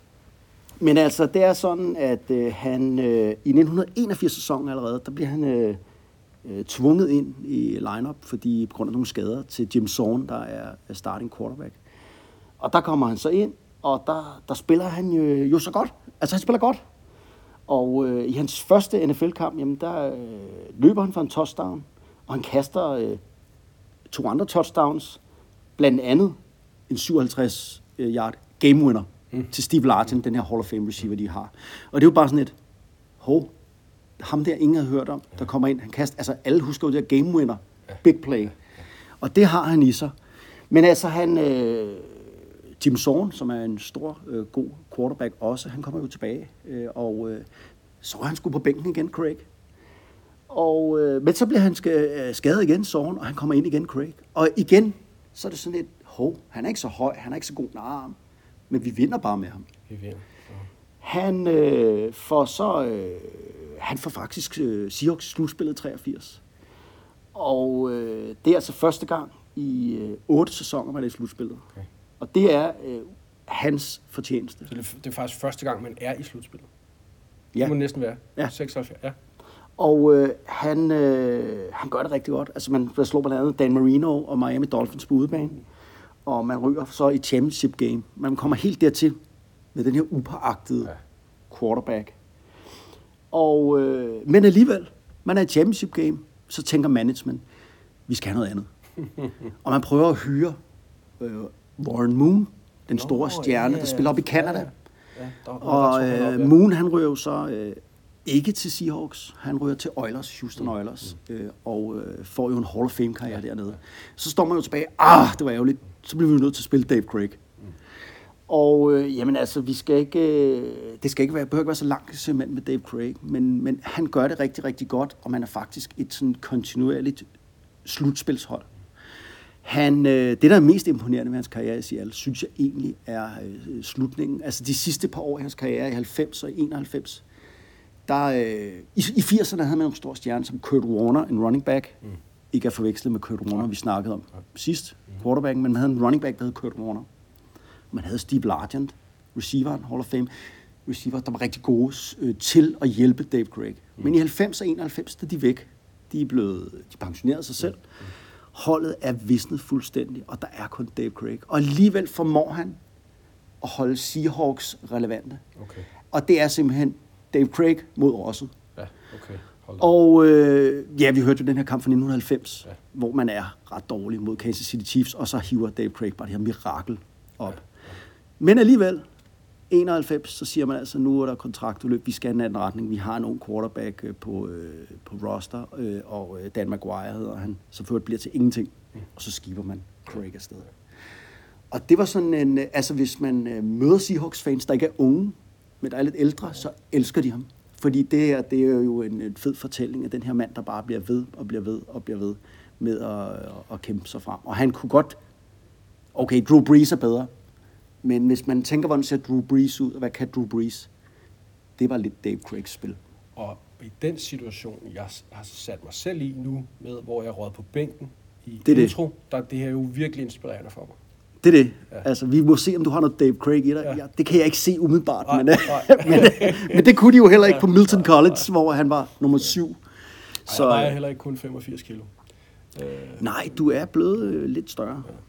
Men altså, det er sådan, at øh, han øh, i nitten enogfirs-sæsonen allerede, der bliver han... Øh, tvunget ind i lineup, fordi på grund af nogle skader til Jim Zorn, der er starting quarterback. Og der kommer han så ind, og der, der spiller han jo, jo så godt. Altså, han spiller godt. Og øh, i hans første N F L-kamp, jamen, der øh, løber han for en touchdown, og han kaster øh, to andre touchdowns, blandt andet en syvoghalvtreds yard game winner. mm. til Steve Largent, den her Hall of Fame receiver, de har. Og det er jo bare sådan et, hov, ham der ingen har hørt om, der kommer ind, han kaster, altså alle husker jo det der game winner, big play. Og det har han i sig. Men altså han, øh, Jim Zorn, som er en stor, øh, god quarterback også, han kommer jo tilbage, øh, og øh, så er han sgu på bænken igen, Craig. Og, øh, men så bliver han sk- skadet igen, Zorn, og han kommer ind igen, Craig. Og igen, så er det sådan et, hov, han er ikke så høj, han er ikke så god en arm, men vi vinder bare med ham. Vi vinder. Ja. Han øh, får så, øh, han får faktisk øh, Seahawks slutspillet treogfirs. Og øh, det er altså første gang i øh, otte sæsoner, man er i slutspillet. Okay. Og det er øh, hans fortjeneste. Så det, det er faktisk første gang, man er i slutspillet? Ja. Det må næsten være. Ja. seksoghalvfjerds, ja. Og øh, han, øh, han gør det rigtig godt. Altså man slår blandt andet Dan Marino og Miami Dolphins på udebane. Og man ryger så i championship game. Man kommer helt dertil med den her upåagtede ja. quarterback. Og, øh, men alligevel, man er i championship game, så tænker management, vi skal have noget andet. Og man prøver at hyre øh, Warren Moon, den store Nå, stjerne, ja, der spiller op i Canada. Ja, ja. Der, der, og øh, op, ja. Moon, han ryger jo så øh, ikke til Seahawks, han ryger til Oilers, Houston mm. Oilers, øh, og øh, får jo en Hall of Fame-karriere ja. dernede. Så står man jo tilbage, ah, det var ærgerligt, så bliver vi nødt til at spille Dave Craig. Mm. Og øh, jamen altså, vi skal ikke, øh, det skal ikke være, behøver ikke være så langt simpelthen med Dave Craig, men, men han gør det rigtig, rigtig godt, og man er faktisk et sådan kontinuerligt slutspilshold. Han, øh, det, der er mest imponerende med hans karriere i Seattle, synes jeg egentlig er øh, slutningen. Altså de sidste par år i hans karriere, i halvfems og enoghalvfems, der, øh, i, i firserne havde man nogle store stjerner som Kurt Warner, en running back. Mm. Ikke at forveksle med Kurt Warner, vi snakkede om sidst, mm. quarterbacken, men man havde en running back, der hed Kurt Warner. Man havde Steve Largent, receiveren, Hall of Fame, receiver, der var rigtig gode øh, til at hjælpe Dave Craig. Mm. Men i halvfems og enoghalvfems, der er de væk. De er blevet, de pensionerede sig selv. Mm. Holdet er visnet fuldstændig, og der er kun Dave Craig. Og alligevel formår han at holde Seahawks relevante. Okay. Og det er simpelthen Dave Craig mod Russell. Ja, okay. Og øh, ja, vi hørte jo den her kamp fra nitten halvfems, ja. hvor man er ret dårlig mod Kansas City Chiefs, og så hiver Dave Craig bare det her mirakel op. Ja. Ja. Men alligevel, enoghalvfems, så siger man altså, nu er der kontraktudløb, vi skal i en anden retning, vi har en ung quarterback på, øh, på roster, øh, og øh, Dan Maguire hedder han, så ført bliver til ingenting, mm. og så skiber man Craig afsted. Og det var sådan en, altså hvis man øh, møder Seahawks-fans, der ikke er unge, men der er lidt ældre, så elsker de ham. Fordi det her, det er jo en, en fed fortælling af den her mand, der bare bliver ved og bliver ved og bliver ved med at, at, at kæmpe sig frem. Og han kunne godt, okay, Drew Brees er bedre, men hvis man tænker, hvordan ser Drew Brees ud, og hvad kan Drew Brees? Det var lidt Dave Craigs spil. Og i den situation, jeg har sat mig selv i nu, med hvor jeg råd på bænken i det intro, det. der det her er jo virkelig inspirerende for mig. Det er det. Ja. Altså, vi må se, om du har noget Dave Craig i dig. Ja. Ja, det kan jeg ikke se umiddelbart, nej, men, nej. men, men det kunne de jo heller ikke på Milton College, hvor han var nummer syv. Ej, så jeg vejer heller ikke kun femogfirs kilo. Øh, nej, du er blevet øh, lidt større. Ja.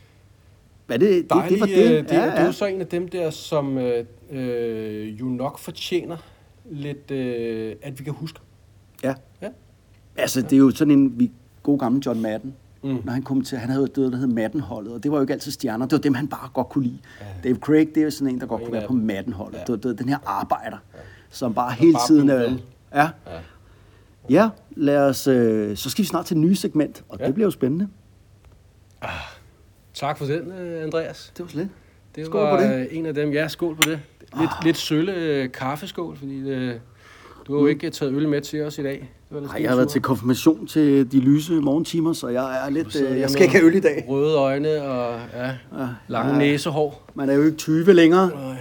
Hvad det, det, Dejlig, det var det. det, ja, det er ja. jo så en af dem der, som øh, øh, jo nok fortjener lidt, øh, at vi kan huske. Ja. ja. Altså, det er jo sådan en vi, god gammel John Madden. Mm. Når han kom til, han havde jo det, der hed Madden-holdet, og det var jo ikke altid stjerner. Det var dem, han bare godt kunne lide. Ja. Dave Craig, det er jo sådan en, der godt kunne være på Madden-holdet. Ja. Det var den her arbejder, ja. som bare hele bare tiden er... Ja. ja. Ja, lad os... Øh, så skal vi snart til et nye segment, og ja. det bliver jo spændende. Ah, tak for den, Andreas. Det var slet. Det skål var på det. En af dem. Ja, skål på det. Lidt, ah. lidt sølle øh, kaffeskål, fordi øh, du har jo mm. ikke taget øl med til os i dag. Nej, jeg har været til konfirmation til de lyse morgentimer, så jeg er lidt... Øh, jeg skal ikke have øl i dag. Røde øjne og ja, ja, lange ja, næsehår. Man er jo ikke tyve længere. Nej,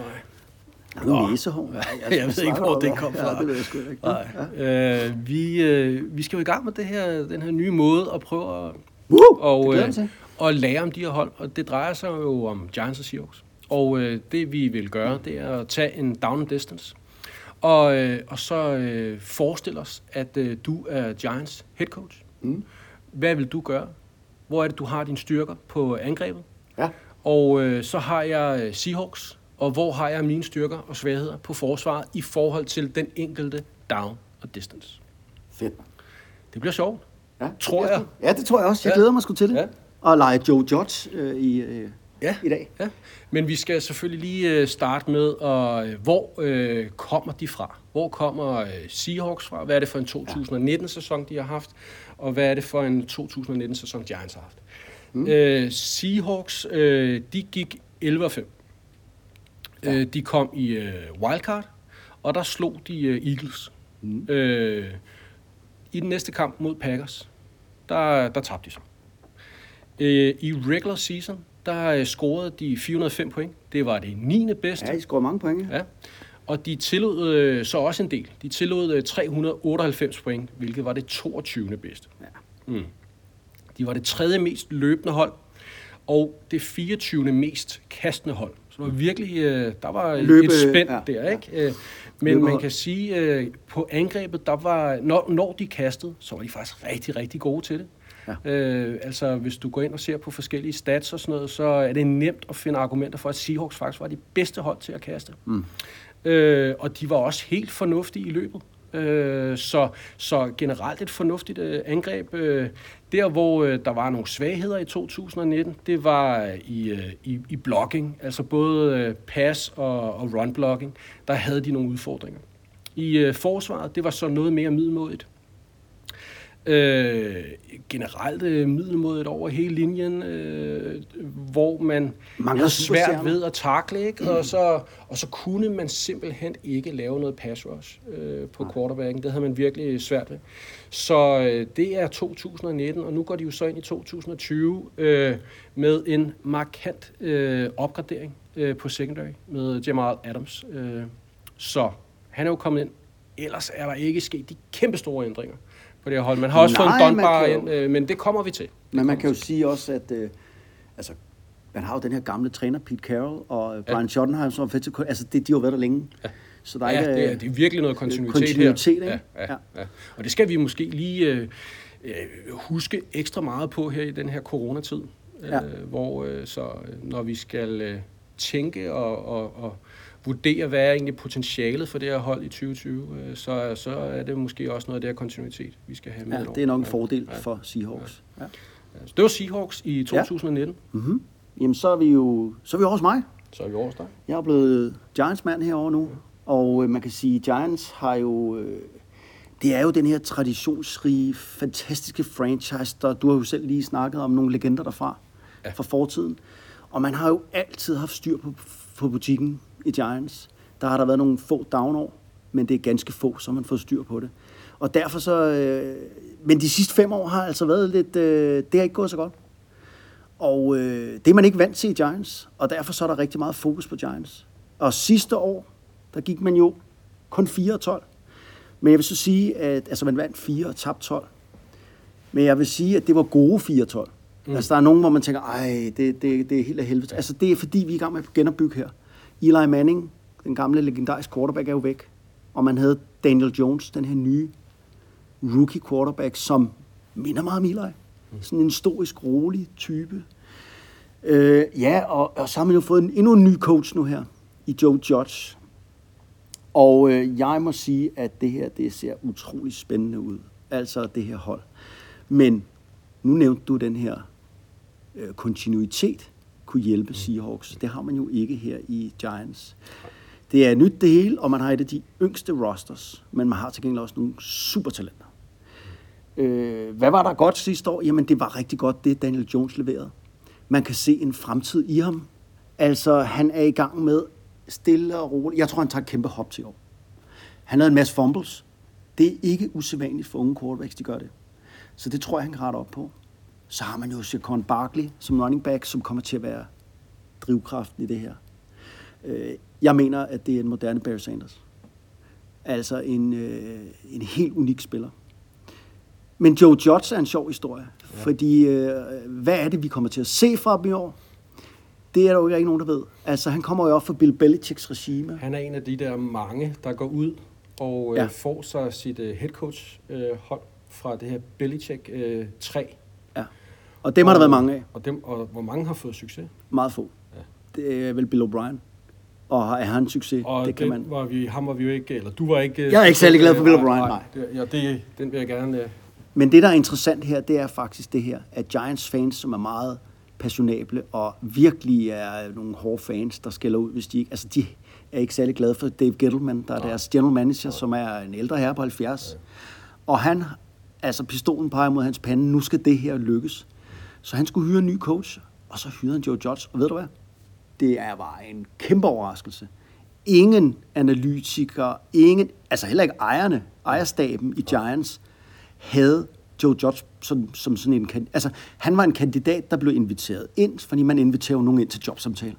nej. Nå, næsehår. Ja, jeg, jeg ved ikke, hvor det kom fra. Ja, det ved jeg sgu ikke. Nej. Ja. Øh, vi, øh, vi skal jo i gang med det her, den her nye måde at prøve at, uh, og, øh, at lære om de her hold. Og det drejer sig jo om Giants og Seahawks. Og øh, det vi vil gøre, det er at tage en down and distance. Og, øh, og så øh, forestil os, at øh, du er Giants head coach. Mm. Hvad vil du gøre? Hvor er det, du har dine styrker på angrebet? Ja. Og øh, så har jeg Seahawks, og hvor har jeg mine styrker og svagheder på forsvaret i forhold til den enkelte down og distance. Fedt. Det bliver sjovt, ja, tror jeg. Ja, det tror jeg også. Jeg ja. glæder mig sgu til det. Ja. Og lege Joe Judge øh, i, øh, ja, i dag. Ja, men vi skal selvfølgelig lige starte med, og, hvor øh, kommer de fra? Hvor kommer øh, Seahawks fra? Hvad er det for en to tusind nitten-sæson, de har haft? Og hvad er det for en to tusind nitten-sæson, Giants har haft? Mm. Øh, Seahawks, øh, de gik elleve og fem. Ja. Øh, de kom i øh, wildcard, og der slog de øh, Eagles. Mm. Øh, I den næste kamp mod Packers, der, der tabte de så. Øh, I regular season, der øh, scorede de fire hundrede og fem point. Det var det niende bedste. Ja, de scorede mange point. Ja. Og de tillod øh, så også en del. De tillod øh, tre hundrede og otteoghalvfems point, hvilket var det toogtyvende bedste. Ja. Mm. De var det tredje mest løbende hold, og det fireogtyvende mest kastende hold. Så det var virkelig, øh, der var Løbe, et spænd ja, der, ikke? Ja. Men Løbe. Man kan sige, øh, på angrebet, der var, når, når de kastede, så var de faktisk rigtig, rigtig gode til det. Ja. Øh, altså, hvis du går ind og ser på forskellige stats og sådan noget, så er det nemt at finde argumenter for, at Seahawks faktisk var de bedste hold til at kaste. Mm. Øh, og de var også helt fornuftige i løbet. Øh, så, så generelt et fornuftigt øh, angreb. Øh, der, hvor øh, der var nogle svagheder i to tusind nitten, det var øh, i, øh, i, i blocking, altså både øh, pass og, og run blocking, der havde de nogle udfordringer. I øh, forsvaret, det var så noget mere middelmådigt. Øh, generelt øh, middelmådigt over hele linjen, øh, hvor man havde svært ved at tackle, ikke? Og, så, og så kunne man simpelthen ikke lave noget pass rush øh, på Nej. quarterbacken. Det havde man virkelig svært ved. Så øh, det er to tusind nitten, og nu går de jo så ind i to tusind tyve øh, med en markant øh, opgradering øh, på secondary med Jamal Adams. Øh, så han er jo kommet ind. Ellers er der ikke sket de kæmpe store ændringer på det her hold. Man har også Nej, fået en Dunbar ind, øh, men det kommer vi til. Det men man kan jo til. sige også, at øh, altså, man har jo den her gamle træner, Pete Carroll, og Brian ja. Schottenheim, som offensive coach. Altså, det, de har jo været der længe. Ja. Så der er ja, ikke, det, er, det er virkelig noget kontinuitet, kontinuitet her. Ja, ja, ja. Ja. Og det skal vi måske lige øh, huske ekstra meget på her i den her coronatid, ja. øh, hvor øh, så når vi skal øh, tænke og, og, og vurdere, hvad er egentlig potentialet for det her hold i tyve tyve, så, så er det måske også noget af det her kontinuitet, vi skal have med. Ja, det er nok en fordel ja. for Seahawks. Ja. Ja. Så det var Seahawks i to tusind nitten. Ja. Mm-hmm. Jamen, så er vi jo så er vi over hos mig. Så er vi over hos dig. Jeg er blevet Giants-mand herovre nu, ja. og øh, man kan sige, Giants har jo... Øh, det er jo den her traditionsrige, fantastiske franchise, der du har jo selv lige snakket om nogle legender derfra, ja. fra fortiden. Og man har jo altid haft styr på, på butikken i Giants. Der har der været nogle få downår, men det er ganske få, så man får styr på det. Og derfor så... Øh, men de sidste fem år har altså været lidt... Øh, det har ikke gået så godt. Og øh, det er man ikke vant til i Giants, og derfor så er der rigtig meget fokus på Giants. Og sidste år, der gik man jo kun fire og tolv. Men jeg vil så sige, at altså man vandt fire og tabte tolv. Men jeg vil sige, at det var gode fire og tolv. Mm. Altså der er nogen, hvor man tænker, ej, det, det, det er helt af helvede. Ja. Altså det er fordi, vi er i gang med at genopbygge her. Eli Manning, den gamle legendariske quarterback, er jo væk. Og man havde Daniel Jones, den her nye rookie quarterback, som minder meget om Eli. Mm. Sådan en historisk, rolig type. Øh, ja, og, og så har man jo fået en, endnu en ny coach nu her, i Joe Judge. Og øh, jeg må sige, at det her, det ser utrolig spændende ud. Altså det her hold. Men nu nævnte du den her øh, kontinuitet kunne hjælpe Seahawks. Det har man jo ikke her i Giants. Det er nyt det hele, og man har et af de yngste rosters, men man har til gengæld også nogle supertalenter. Øh, hvad var der godt sidste år? Jamen det var rigtig godt, det Daniel Jones leverede. Man kan se en fremtid i ham. Altså han er i gang med stille og roligt. Jeg tror, han tager et kæmpe hop til år. Han havde en masse fumbles. Det er ikke usædvanligt for unge quarterbacks, de gør det. Så det tror jeg, han kan rette op på. Så har man jo Saquon Barkley som running back, som kommer til at være drivkraften i det her. Jeg mener, at det er en moderne Barry Sanders. Altså en, en helt unik spiller. Men Joe Judge er en sjov historie. Ja. Fordi, hvad er det, vi kommer til at se fra dem i år? Det er der jo ikke nogen, der ved. Altså, han kommer jo op fra Bill Belichicks regime. Han er en af de der mange, der går ud og ja. øh, får sig sit uh, headcoach-hold øh, fra det her Belichick-træ. Øh, ja, og dem har der været mange af. Og, dem, og hvor mange har fået succes? Meget få. Ja. Det er vel Bill O'Brien. Og er han succes? Og det kan man. Var vi, ham var vi jo ikke, eller du var ikke... Jeg er ikke særlig glad for Bill O'Brien, nej. nej. Ja, det, den vil jeg gerne... Uh... Men det, der er interessant her, det er faktisk det her, at Giants fans, som er meget passionable, og virkelig er nogle hårde fans, der skælder ud, hvis de ikke... Altså, de er ikke særlig glade for Dave Gettleman, der er deres general manager, som er en ældre herre på halvfjerds. Og han, altså pistolen peger mod hans pande, nu skal det her lykkes. Så han skulle hyre en ny coach, og så hyrede han Joe Judge. Og ved du hvad? Det er bare en kæmpe overraskelse. Ingen analytikere, ingen, altså heller ikke ejerne, ejerstaben i Giants, havde Joe Judge som, som sådan en... Altså, han var en kandidat, der blev inviteret ind, fordi man inviterer jo nogen ind til jobsamtale.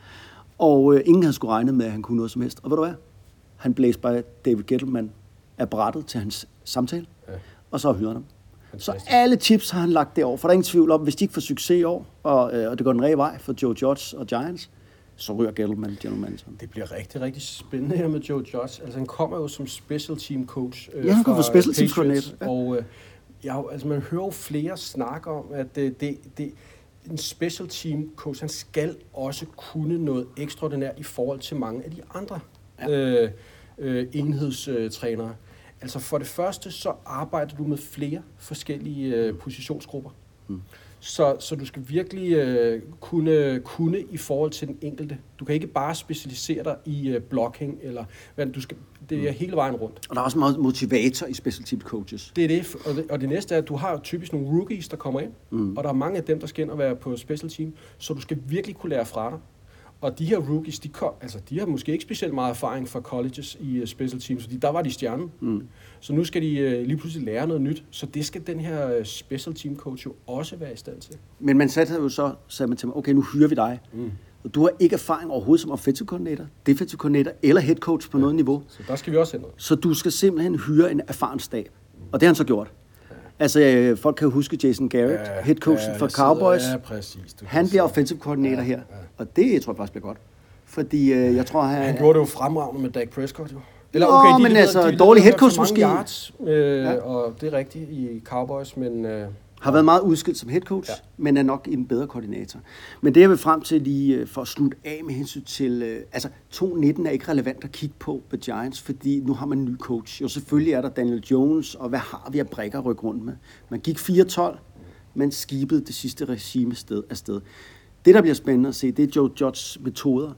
Og øh, ingen havde sgu regnet med, at han kunne noget som helst. Og ved du hvad? Han blæste bare David Gettleman af brættet til hans samtale, ja. Og så hørte han. Så alle tips har han lagt derover, for der er ingen tvivl om, hvis de ikke får succes i år, og, øh, og det går den rige vej for Joe Judge og Giants, så ryger Gettleman general manager. Det bliver rigtig, rigtig spændende her med Joe Judge. Altså, han kommer jo som special team coach. Øh, ja, han kommer fra special team coordinator. Ja. Og øh, ja, altså, man hører jo flere snakke om, at det, det, det, en special team coach, han skal også kunne noget ekstraordinært i forhold til mange af de andre ja. øh, øh, enhedstrænere. Altså for det første, så arbejder du med flere forskellige øh, positionsgrupper. Mm. Så, så du skal virkelig øh, kunne, kunne i forhold til den enkelte. Du kan ikke bare specialisere dig i øh, blocking, eller hvad, du skal, det er mm. hele vejen rundt. Og der er også meget motivator i special team coaches. Det er det, og det, og det næste er, at du har typisk nogle rookies, der kommer ind, mm. og der er mange af dem, der skal ind og være på special team, så du skal virkelig kunne lære fra dig. Og de her rookies, de, kom, altså, de har måske ikke specielt meget erfaring fra colleges i uh, special teams, fordi der var de stjernen. Mm. Så nu skal de uh, lige pludselig lære noget nyt. Så det skal den her uh, special team coach jo også være i stand til. Men man satte jo så, sagde man til mig, okay, nu hyrer vi dig. Mm. Og du har ikke erfaring overhovedet som offensive coordinator, defensive coordinator eller head coach på ja. noget niveau. Så der skal vi også have noget. Så du skal simpelthen hyre en erfaren stab. Og det har han så gjort. Altså, folk kan jo huske Jason Garrett, ja, head coachen ja, for Cowboys. Ja, præcis. Han bliver offensive coordinator ja, her. Ja. Og det tror jeg faktisk bliver godt. Fordi øh, jeg tror, han... Han gjorde det jo fremragende med Dak Prescott, jo. Eller okay, Nå, de men leder, altså, de dårlig head coach måske. Yards, øh, ja. Og det er rigtigt i Cowboys, men... Øh, har været meget udskilt som head coach, ja. Men er nok en bedre koordinator. Men det jeg vil frem til lige for at slutte af med hensyn til... Øh, altså, to nitten er ikke relevant at kigge på på Giants, fordi nu har man en ny coach. Jo, selvfølgelig er der Daniel Jones, og hvad har vi af brækker at rykke rundt med? Man gik fire tolv, men skibede det sidste regime sted afsted. Det, der bliver spændende at se, det er Joe Judges metoder.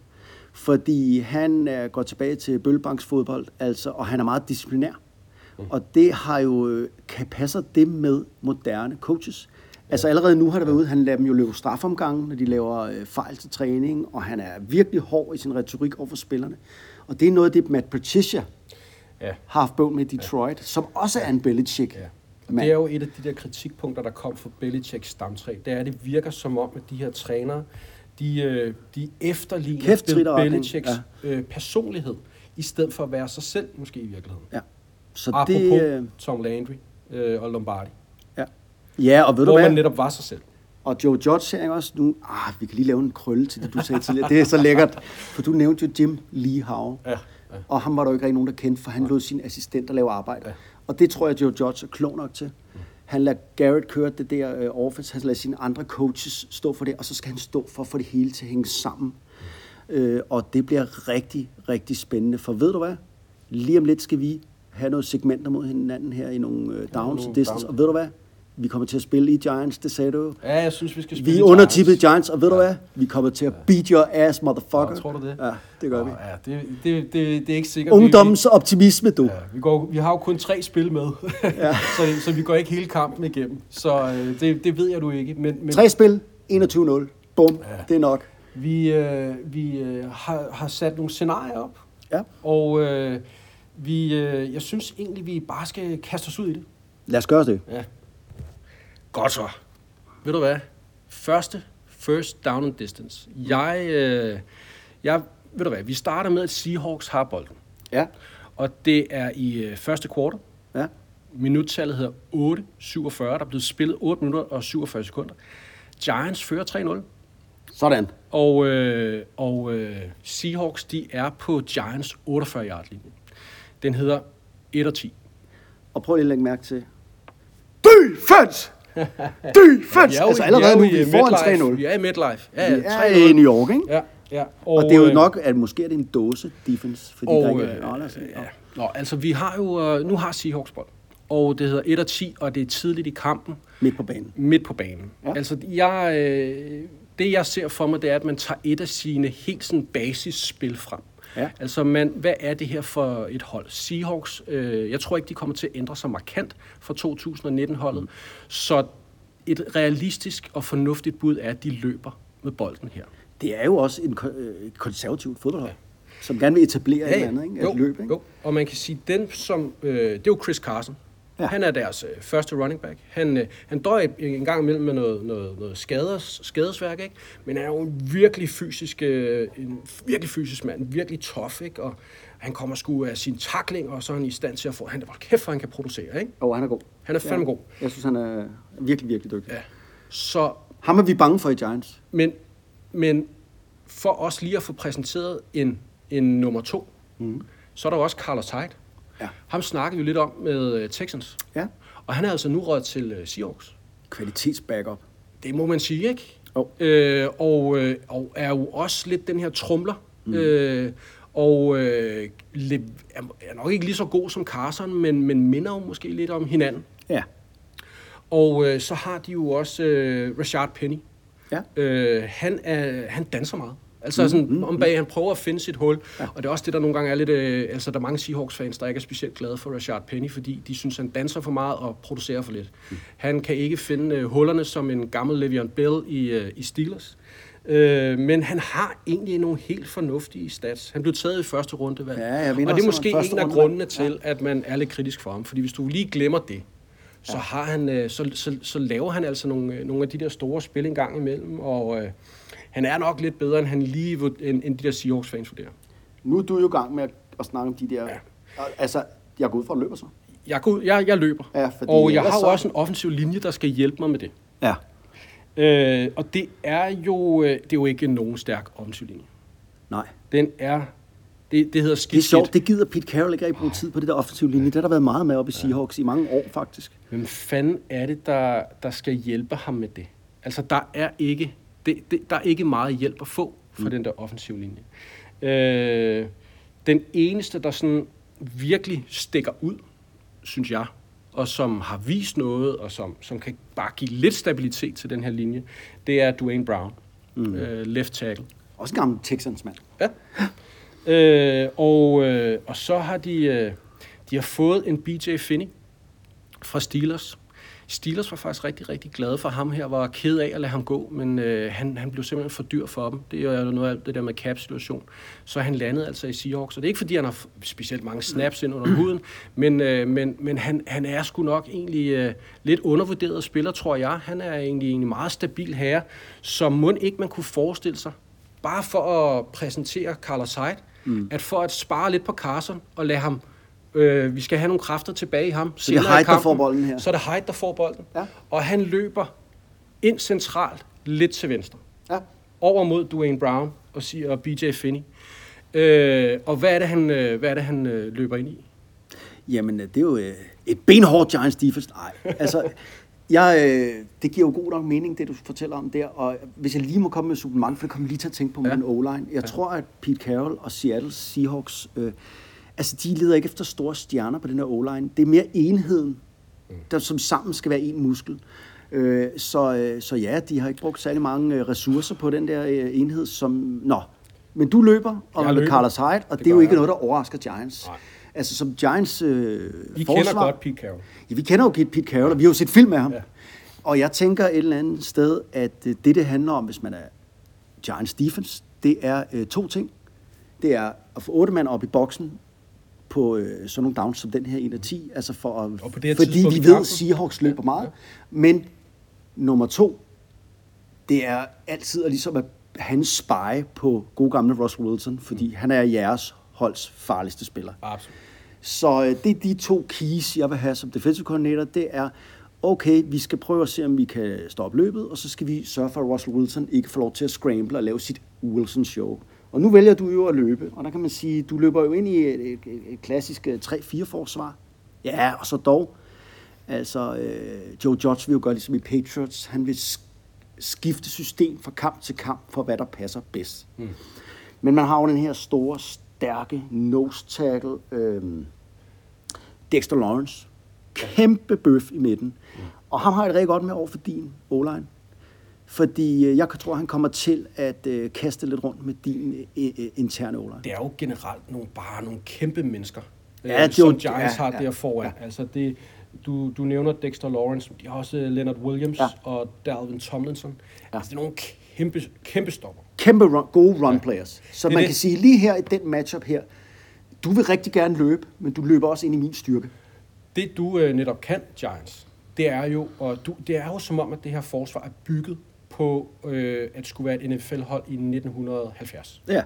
Fordi han øh, går tilbage til bøllebanksfodbold, altså, og han er meget disciplinær. Mm. Og det har jo, kan passer det med moderne coaches. Ja. Altså allerede nu har der været ude, han lader dem jo løbe strafomgangen, når de laver øh, fejl til træning, og han er virkelig hård i sin retorik over for spillerne. Og det er noget af det, Matt Patricia ja. har haft bøvl med Detroit, ja. som også er en Belichick. Ja. Det er jo et af de der kritikpunkter, der kom fra Belichicks stamtræ. Det er, at det virker som om, at de her trænere, de, de efterligner Bill Belichicks ja. øh, personlighed, i stedet for at være sig selv, måske i virkeligheden. Ja. Så apropos det, Tom Landry øh, og Lombardi. Ja, ja og ved hvor du hvad? man netop var sig selv. Og Joe Judge sagde også nu, ah, vi kan lige lave en krølle til det, du sagde tidligere. Det er så lækkert, for du nævnte jo Jim Lee Howe. Ja, ja. Og ham var der jo ikke rigtig nogen, der kendte, for han lod sin assistent lave arbejde. Ja. Og det tror jeg, Joe Judge er klog nok til. Mm. Han lader Garrett køre det der uh, offense, han lader sine andre coaches stå for det, og så skal han stå for at få det hele til at hænge sammen. Uh, og det bliver rigtig, rigtig spændende, for ved du hvad? Lige om lidt skal vi have nogle segmenter mod hinanden her i nogle uh, downs og distance, og ved du hvad? Vi kommer til at spille i Giants, det sagde du jo. Ja, jeg synes, vi skal spille vi er undertippet Giants, og ved ja. du hvad? Vi kommer til at beat your ass, motherfucker. Ja, tror du det? Ja, det gør oh, vi. Ja, det, det, det, det er ikke sikkert. Ungdommens vi, optimisme, du. Ja, vi, går, vi har jo kun tre spil med, ja. så, så vi går ikke hele kampen igennem. Så øh, det, det ved jeg du ikke. Men, men... Tre spil, enogtyve nul. Bum, ja. det er nok. Vi, øh, vi øh, har, har sat nogle scenarier op, ja. og øh, vi, øh, jeg synes egentlig, vi bare skal kaste os ud i det. Lad os gøre det. Ja. Godt så. Ved du hvad? Første, first down and distance. Jeg, øh, jeg, ved du hvad, vi starter med, at Seahawks har bolden. Ja. Og det er i øh, første kvartal. Ja. Minuttallet hedder otte syvogfyrre. Der er blevet spillet otte minutter og syvogfyrre sekunder. Giants fører tre nul. Sådan. Og, øh, og øh, Seahawks, de er på Giants otteogfyrre yard linje. Den hedder et og ti. Og prøv lige at lægge mærke til. Defense! Defense! Ja, altså allerede nu, vi får en tre nul. Vi er i midlife. Ja, ja, vi er i New York, ikke? Ja, ja. Og, og det er jo nok, at måske er det en dåse defense, fordi og, der ikke er... Øh, ja. Nå, altså vi har jo... Uh, nu har Seahawks bold. og det hedder et og ti, og det er tidligt i kampen. Midt på banen. Midt på banen. Ja. Altså, jeg, øh, det jeg ser for mig, det er, at man tager et af sine helt sådan basisspil frem. Ja. Altså, man, hvad er det her for et hold? Seahawks, øh, jeg tror ikke, de kommer til at ændre sig markant fra to tusind nitten-holdet. Mm. Så et realistisk og fornuftigt bud er, at de løber med bolden her. Det er jo også en et konservativt fodboldhold, ja. som gerne vil etablere ja, et eller andet, ikke? Jo, et løb. Ikke? Jo, og man kan sige, den som, øh, det er jo Chris Carson. Ja. Han er deres øh, første running back. Han, øh, han døjer en gang imellem med noget, noget, noget skaders, skadesværk, ikke? Men han er jo en virkelig fysisk, øh, en virkelig fysisk mand, virkelig tough, ikke? Og han kommer sgu af sin tackling, og så er han i stand til at få... Han er bare kæft, for han kan producere, ikke? Og han er god. Han er fandme ja. god. Jeg synes, han er virkelig, virkelig dygtig. Ja. Så... Ham er vi bange for i Giants. Men, men for os lige at få præsenteret en, en nummer to, mm. så er der også Carlos Hyde. Ja. Ham snakkede vi lidt om med uh, Texans. Ja. Og han er altså nu røget til uh, Seahawks. Kvalitetsbackup. Det må man sige, ikke? Oh. Øh, og, øh, og er jo også lidt den her trumler. Mm. Øh, og øh, er nok ikke lige så god som Carson, men, men minder jo måske lidt om hinanden. Ja. Og øh, så har de jo også øh, Rashard Penny. Ja. Øh, han, er, han danser meget. Altså mm, sådan, mm, om bag, han prøver at finde sit hul, ja. Og det er også det, der nogle gange er lidt... Øh, altså, der er mange Seahawks-fans, der ikke er specielt glade for Rashard Penny, fordi de synes, han danser for meget og producerer for lidt. Mm. Han kan ikke finde øh, hullerne som en gammel Le'Veon Bell i, øh, i Steelers. Øh, men han har egentlig nogle helt fornuftige stats. Han blev taget i første runde, hvad? Ja, jeg og det er måske en af runde. grundene til, ja. At man er lidt kritisk for ham. Fordi hvis du lige glemmer det, så, ja. har han, så, så, så laver han altså nogle, nogle af de der store spil en gang imellem, og... Øh, han er nok lidt bedre, end han lige end, end de der Seahawks-fans vurderer. Nu er du jo i gang med at, at snakke om de der... Ja. Altså, jeg går ud fra at løbe så. Jeg, går ud, jeg, jeg løber. Ja, fordi, og jeg har jo også en offensiv linje, der skal hjælpe mig med det. Ja. Øh, og det er jo det er jo ikke nogen stærk offensiv linje. Nej. Den er... Det, det hedder skidt. Det er sjovt. Det gider Pete Carroll ikke at bruge tid på det der offensive linje. Det har der været meget med op i Seahawks ja. i mange år, faktisk. Hvem fanden er det, der, der skal hjælpe ham med det? Altså, der er ikke... Det, det, der er ikke meget hjælp at få fra mm. den der offensive linje. Øh, den eneste, der sådan virkelig stikker ud, synes jeg, og som har vist noget, og som, som kan bare give lidt stabilitet til den her linje, det er Duane Brown, mm. øh, left tackle. Også en gammel Texans mand. Ja. øh, og, øh, og så har de, øh, de har fået en B J Finney fra Steelers. Steelers var faktisk rigtig, rigtig glade for ham her, var ked af at lade ham gå, men øh, han, han blev simpelthen for dyr for dem. Det er jo noget af det der med cap-situation. Så han landede altså i Seahawks. Så det er ikke, fordi han har specielt mange snaps ind under huden, men, øh, men, men han, han er sgu nok egentlig øh, lidt undervurderet spiller, tror jeg. Han er egentlig en meget stabil herre, som må ikke man kunne forestille sig, bare for at præsentere Carlos Hyde, mm. at for at spare lidt på Carson og lade ham Øh, vi skal have nogle kræfter tilbage i ham. Så det er Hyde, der får bolden her? Så er det Hyde, der får bolden. Ja. Og han løber ind centralt, lidt til venstre. Ja. Over mod Duane Brown og, og B J Finney. Øh, og hvad er det, han, hvad er det, han øh, løber ind i? Jamen, det er jo øh, et benhårdt Giants defense. Nej, altså... Jeg, øh, det giver jo god nok mening, det du fortæller om der, og hvis jeg lige må komme med supplement, for det kommer lige til at tænke på ja. min O-line. Jeg ja. tror, at Pete Carroll og Seattle Seahawks... Øh, Altså, de leder ikke efter store stjerner på den her O-line. Det er mere enheden, der som sammen skal være en muskel. Øh, så, øh, så ja, de har ikke brugt særlig mange øh, ressourcer på den der øh, enhed, som... Nå, men du løber, og med Carlos Hyde, og det, det er jo ikke jeg. noget, der overrasker Giants. Nej. Altså, som Giants øh, Vi forsvar, kender godt Pete Carroll. Ja, vi kender jo Pete Carroll, og vi har jo set film med ham. Ja. Og jeg tænker et eller andet sted, at øh, det, det handler om, hvis man er Giants defense, det er øh, to ting. Det er at få otte mand op i boksen, på øh, sådan nogle downs som den her en af ti, altså for at, fordi vi ved, at Seahawks løber meget. Ja. Men nummer to, det er altid at ligesom at han spy på gode gamle Russell Wilson, fordi mm. han er jeres holds farligste spiller. Absolut. Så øh, det er de to keys, jeg vil have som defensive coordinator, det er, okay, vi skal prøve at se, om vi kan stoppe løbet, og så skal vi sørge for, at Russell Wilson ikke får lov til at scramble og lave sit Wilson-show. Og nu vælger du jo at løbe, og der kan man sige, du løber jo ind i et, et, et klassisk tre fire forsvar. Ja, og så dog. Altså, øh, Joe Judge vil jo gøre ligesom i Patriots. Han vil skifte system fra kamp til kamp, for hvad der passer bedst. Mm. Men man har jo den her store, stærke nose tackle, øh, Dexter Lawrence, Kæmpe bøf i midten. Mm. Og ham har jeg det rigtig godt med over for din O-line. Fordi øh, jeg tror, han kommer til at øh, kaste lidt rundt med din øh, øh, interne O-line. Det er jo generelt nogle, bare nogle kæmpe mennesker, ja, øh, som jo, Giants ja, har ja, der foran. ja. Altså det, du, du nævner Dexter Lawrence, de har også Leonard Williams ja. og Dalvin Tomlinson. Ja. Altså det er nogle kæmpe, kæmpe stopper. Kæmpe run, gode run ja. players. Så det man det. kan sige, lige her i den matchup her, du vil rigtig gerne løbe, men du løber også ind i min styrke. Det du øh, netop kan, Giants, det er jo, og du, det er jo som om, at det her forsvar er bygget på øh, at skulle være et N F L-hold i nitten halvfjerds. Ja.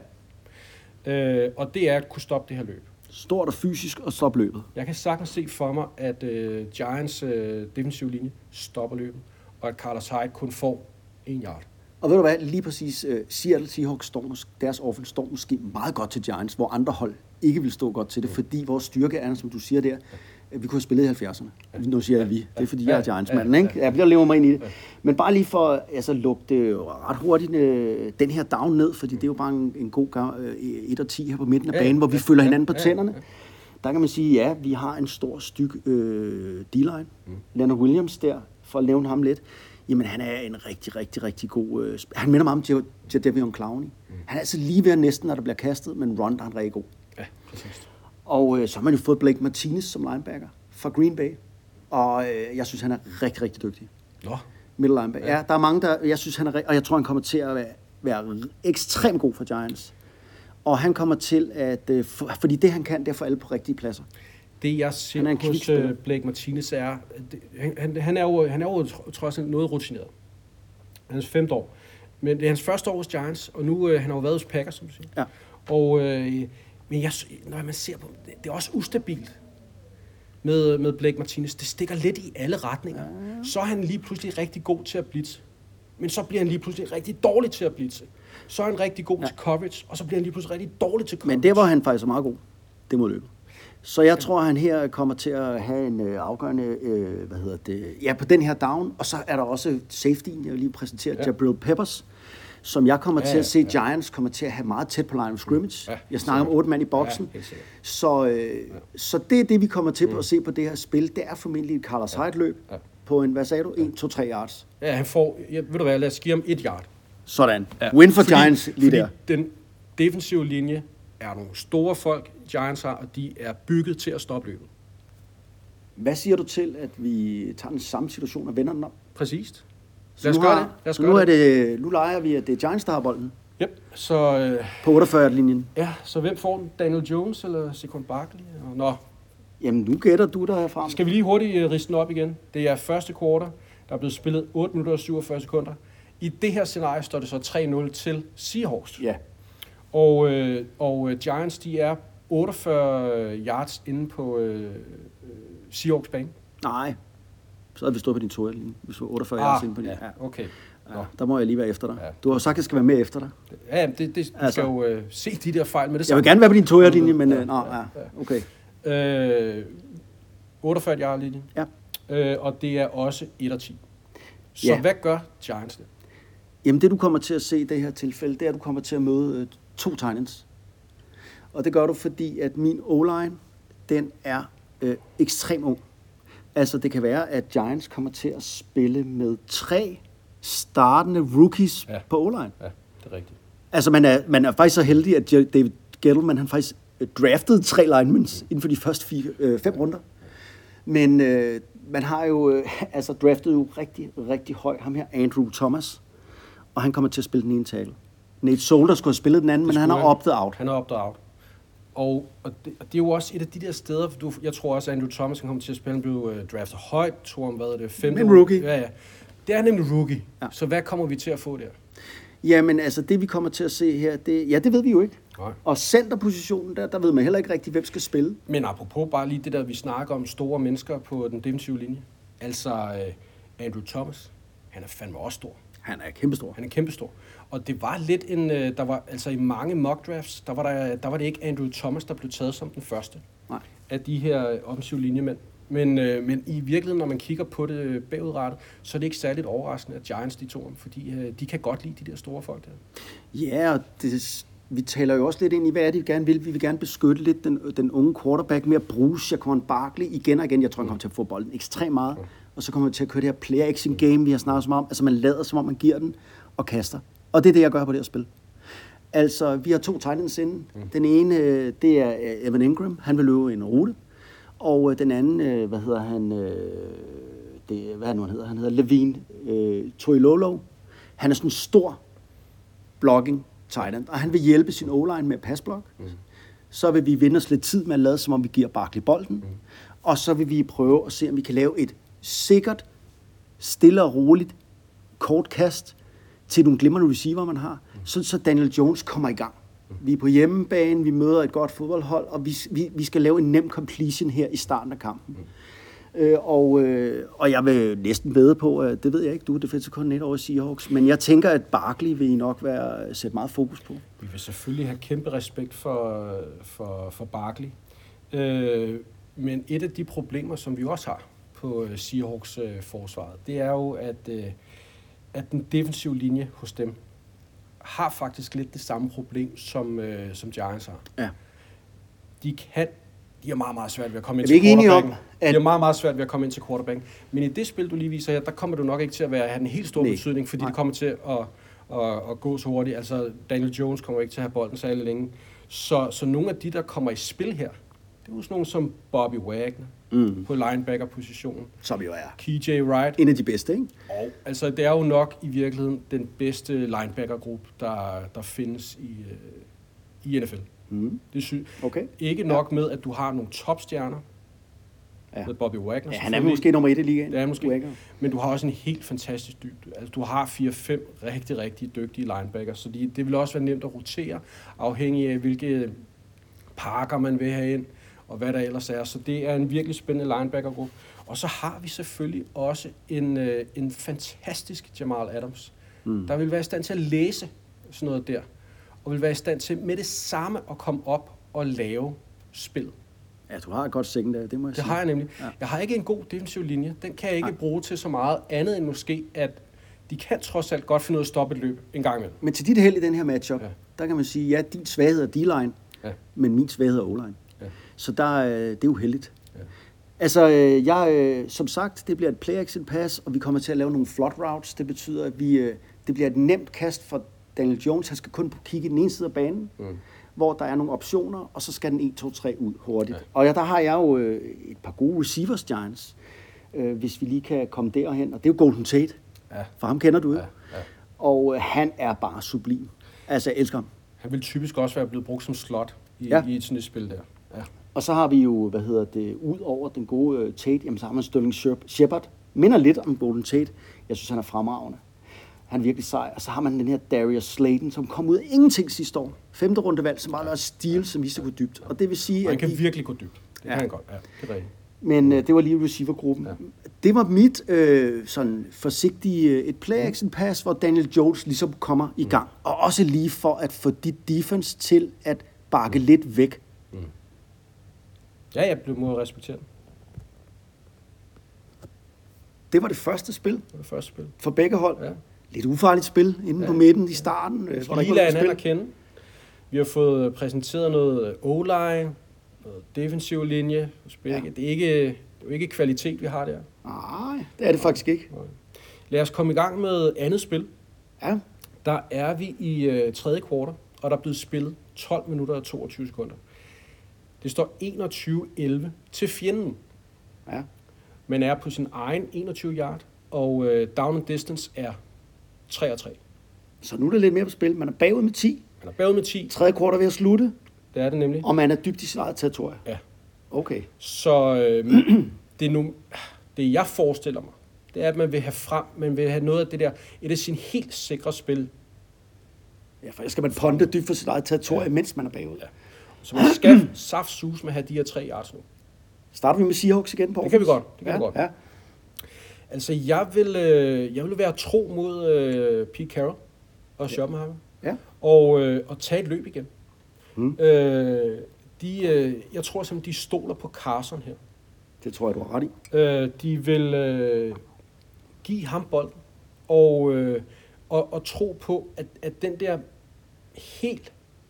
Øh, og det er at kunne stoppe det her løb. Stort og fysisk og stoppe løbet. Jeg kan sagtens se for mig, at øh, Giants øh, defensive linje stopper løbet, og at Carlos Hyde kun får en yard. Og ved du hvad, lige præcis uh, Seattle Seahawks står måske, deres offense står måske meget godt til Giants, hvor andre hold ikke vil stå godt til det, mm. fordi vores styrke er, som du siger der, vi kunne have spillet i halvfjerdserne. Ja. Nu siger jeg vi. Det er fordi, jeg er Giants-manden, ikke? Jeg bliver lever mig ind i det. Men bare lige for altså, lukke det ret hurtigt øh, den her down ned, fordi det er jo bare en, en god øh, et og ti her på midten af banen, hvor vi følger hinanden på tænderne. Der kan man sige, ja, vi har en stor styk øh, D-line. Mm. Leonard Williams der, for at nævne ham lidt. Jamen, han er en rigtig, rigtig, rigtig god... Øh, han minder mig om Jadeveon Clowney. Mm. Han er altså lige ved næsten, når der bliver kastet, men run, der er han rigtig god. Ja, præcis. Og øh, så har man jo fået Blake Martinez som linebacker fra Green Bay. Og øh, jeg synes, han er rigtig, rigtig dygtig. Nå. Middle linebacker. Ja. ja, der er mange, der... Jeg synes, han er... Og jeg tror, han kommer til at være, være ekstremt god for Giants. Og han kommer til at... Øh, for, fordi det, han kan, det er for alle på rigtige pladser. Det, jeg ser hos uh, Blake Martinez, er... Det, han, han er jo, han er jo trods alt noget rutineret. Han er femte år. Men det er hans første år hos Giants, og nu uh, han har jo været hos Packers, som du siger. Ja. Og... Øh, men jeg, når man ser på det, det er også ustabilt med, med Blake Martinez. Det stikker lidt i alle retninger. Ja. Så er han lige pludselig rigtig god til at blitze. Men så bliver han lige pludselig rigtig dårlig til at blitze. Så er han rigtig god ja. til coverage, og så bliver han lige pludselig rigtig dårlig til coverage. Men det, hvor han faktisk er meget god, det må løbe. Så jeg tror, at han her kommer til at have en øh, afgørende, øh, hvad hedder det, ja, på den her down. Og så er der også safetyen, jeg vil lige præsentere, ja. Jabril Peppers, som jeg kommer ja, til at se, ja. Giants kommer til at have meget tæt på line of scrimmage. Ja, jeg snakker om otte mand i boksen. Ja, så, øh, ja. så det er det, vi kommer til mm. at se på det her spil. Det er formentlig et Carlos Hyde-løb ja. på en, hvad sagde du, en, to, tre yards. Ja, han får, ja, ved du hvad, lad os give ham et yard. Sådan. Ja. Win for fordi, Giants lige fordi der. Den defensive linje er nogle store folk, Giants har, og de er bygget til at stoppe løbet. Hvad siger du til, at vi tager den samme situation og vender den om? Præcis. Lad os gøre det. Lad os nu, er det. Nu leger vi, at det er Giants, der har bolden. Yep. Så, øh, på otteogfyrre-linjen. Ja, så hvem får den? Daniel Jones eller Saquon Barkley? Nå. Jamen, nu gætter du der herfra. Skal vi lige hurtigt uh, riste den op igen? Det er første kvartal. Der er blevet spillet otte minutter og syvogfyrre sekunder. I det her scenarie står det så tre nul til Seahawks. Ja. Og, øh, og Giants, de er otteogfyrre yards inde på øh, Seahawks bane. Nej. Så havde vi stået på din toerlinje. Vi så otteogfyrre ah, yards inde på din. Ja, okay. Ja, der må jeg lige være efter dig. Ja. Du har jo sagt, at jeg skal være med efter dig. Ja, det, det altså. skal jo øh, se de der fejl med det samme. Jeg vil gerne være på din toerlinje, men... Ja, nå, ja, okay. Øh, otteogfyrre yards linje. Ja. Øh, og det er også et og ti. Så ja. hvad gør Giants det? Jamen det, du kommer til at se i det her tilfælde, det er, at du kommer til at møde øh, to Titans. Og det gør du, fordi at min O-line, den er øh, ekstremt ung. Altså, det kan være, at Giants kommer til at spille med tre startende rookies ja. på O-line. Ja, det er rigtigt. Altså, man er, man er faktisk så heldig, at David Gettleman, han faktisk draftede tre linemen mm. inden for de første fire, øh, fem runder. Men øh, man har jo øh, altså draftet jo rigtig, rigtig højt ham her, Andrew Thomas. Og han kommer til at spille den ene tale. Nate Solder skulle have spillet den anden, men han har optet out. Han har optet out. Og, og, det, og det er jo også et af de der steder, for du, jeg tror også, at Andrew Thomas kommer til at spille, han blev uh, draftet højt, tror han, hvad er det, femte En rookie. Ja, ja. Det er nemlig rookie. Ja. Så hvad kommer vi til at få der? Jamen, altså det vi kommer til at se her, det, ja, det ved vi jo ikke. Nej. Og centerpositionen, der, der ved man heller ikke rigtig, hvem skal spille. Men apropos bare lige det der, vi snakker om store mennesker på den defensive linje. Altså uh, Andrew Thomas, han er fandme også stor. Han er kæmpestor. Han er kæmpestor. Og det var lidt en, der var, altså i mange mock drafts, der var, der, der var det ikke Andrew Thomas, der blev taget som den første. Nej. Af de her offensive linjemænd. Men, øh, men i virkeligheden, når man kigger på det bagudrettet, så er det ikke særligt overraskende, at Giants de tog ham, fordi øh, de kan godt lide de der store folk der. Ja, og det, vi taler jo også lidt ind i, hvad er det, vi gerne vil. Vi vil gerne beskytte lidt den, den unge quarterback med at bruge Saquon Barkley igen og igen. Jeg tror, han kommer til at få bolden ekstremt meget. Og så kommer vi til at køre det her play-action game, vi har snakket om. Altså, man lader, som om man giver den og kaster. Og det er det, jeg gør på det her spil. Altså, vi har to tight ends inde. Den ene, det er Evan Ingram. Han vil løbe en rute. Og den anden, hvad hedder han? Det, hvad er nu, han hedder? Han hedder Levine øh, Toilolo. Han er sådan en stor blocking tight end, og han vil hjælpe sin O-line med at passblok. Mm. Så vil vi vinde os lidt tid med at lade, som om vi giver Barkley bolden. Mm. Og så vil vi prøve at se, om vi kan lave et sikkert, stille og roligt, kort kast til nogle glimrende receiver, man har, mm. så, så Daniel Jones kommer i gang. Mm. Vi er på hjemmebane, vi møder et godt fodboldhold, og vi, vi, vi skal lave en nem completion her i starten af kampen. Mm. Øh, og, øh, og jeg vil næsten vædde på, at det ved jeg ikke, du er defensive coordinator over Seahawks, men jeg tænker, at Barkley vil I nok være, sætte meget fokus på. Vi vil selvfølgelig have kæmpe respekt for, for, for Barkley. Øh, men et af de problemer, som vi også har på Seahawks øh, forsvaret, det er jo, at, øh, at den defensive linje hos dem har faktisk lidt det samme problem, som, øh, som Giants har. Ja. De kan De har meget, meget svært ved at komme ind til quarterbacken. Om, at... De har meget, meget svært ved at komme ind til quarterbacken. Men i det spil, du lige viser her, der kommer du nok ikke til at være, have en helt stor Nej. betydning, fordi Nej. det kommer til at, at, at, at gå så hurtigt. Altså, Daniel Jones kommer ikke til at have bolden særlig længe. Så, så nogle af de, der kommer i spil her, det er jo sådan nogle som Bobby Wagner mm. på linebacker-positionen. Som jo er. K J Wright. En af de bedste, ikke? Og altså, det er jo nok i virkeligheden den bedste linebacker-gruppe, der, der findes i, i N F L. Mm. Det sy- okay. Ikke nok ja. med, at du har nogle topstjerner ja. med Bobby Wagner. Ja, han er måske nummer et i ligaen. Det er måske. Wagner. Men du har også en helt fantastisk dybde. Altså, du har fire fem rigtig, rigtig dygtige linebackers, så de, det vil også være nemt at rotere, afhængig af, hvilke pakker man vil have ind, og hvad der ellers er. Så det er en virkelig spændende linebackergruppe. Og så har vi selvfølgelig også en, øh, en fantastisk Jamal Adams, mm. der vil være i stand til at læse sådan noget der, og vil være i stand til med det samme at komme op og lave spil. Ja, du har et godt secondary, det må jeg det sige. Det har jeg nemlig. Ja. Jeg har ikke en god defensiv linje. Den kan jeg ikke Nej. bruge til så meget andet end måske, at de kan trods alt godt finde ud af at stoppe et løb en gang imellem. Men til dit held i den her matchup, ja. der kan man sige, ja, din svaghed er D-line, ja. men min svaghed er O-line. Ja. Så der, det er jo heldigt. Ja. Altså, jeg, som sagt, det bliver et play-action pass, og vi kommer til at lave nogle flot routes. Det betyder, at vi, det bliver et nemt kast for Daniel Jones. Han skal kun kigge i den ene side af banen, mm. hvor der er nogle optioner, og så skal den en, to, tre ud hurtigt. Ja. Og ja, der har jeg jo øh, et par gode receivers, Giants, øh, hvis vi lige kan komme derhen. Og det er jo Golden Tate, ja. for ham kender du jo. Ja. Ja. Og øh, han er bare sublim. Altså, jeg elsker ham. Han vil typisk også være blevet brugt som slot i, ja. i sådan et spil der. Ja. Og så har vi jo, hvad hedder det, ud over den gode øh, Tate, jamen så har man Sterling Shepard. Minder lidt om Golden Tate. Jeg synes, han er fremragende. Han er virkelig sej. Og så har man den her Darius Slayton, som kom ud af ingenting sidste år. Femte rundevalg, som bare var stil, som viste at gå dybt. Og det vil sige, og han at kan de... virkelig gå dybt. Det ja. kan han godt. Ja, det er rigtigt. Men øh, det var lige receivergruppen. Ja. Det var mit øh, sådan forsigtige øh, et play-action pass, hvor Daniel Jones ligesom kommer i gang. Mm. Og også lige for at få dit defense til at bakke mm. lidt væk. Mm. Ja, jeg må respektere den. Det var det første spil. Det var det første spil. For begge hold. Ja. Lidt ufarligt spil inde ja. på midten i starten. Vi skal lige lade hinanden at kende. Vi har fået præsenteret noget O-line, noget defensiv linje. Ja. Det er ikke, det er jo ikke kvalitet, vi har der. Nej, det er det faktisk ikke. Nej. Lad os komme i gang med andet spil. Ja. Der er vi i uh, tredje kvartal, og der er blevet spillet tolv minutter og toogtyve sekunder. Det står enogtyve elleve til fjenden. Ja. Man er på sin egen enogtyve yard, og uh, down and distance er tre og tre. Så nu er det lidt mere på spil. Man er bagud med ti. Man er bagud med ti. Tredje kvartal ved at slutte. Det er det nemlig. Og man er dybt i sit eget territorie. Ja. Okay. Så øh, det, er nu, det jeg forestiller mig, det er, at man vil have frem, man vil have noget af det der, et af sine helt sikre spil. Ja, for skal man ponde dybt for sit eget territorie, ja. mens man er bagud. Ja. Så man skal saftsus med at have de her tre yards nu. Starter vi med Seahawks igen på? Det kan vi godt. Det kan ja, vi godt. Ja. Altså, jeg vil, øh, jeg vil være tro mod øh, Pete Carroll og Schopenhauer. Ja. Og, øh, og tage et løb igen. Mm. Øh, de, øh, jeg tror simpelthen, de stoler på Carson her. Det tror jeg, du har ret i. Øh, de vil øh, give ham bolden og, øh, og, og tro på, at, at den der helt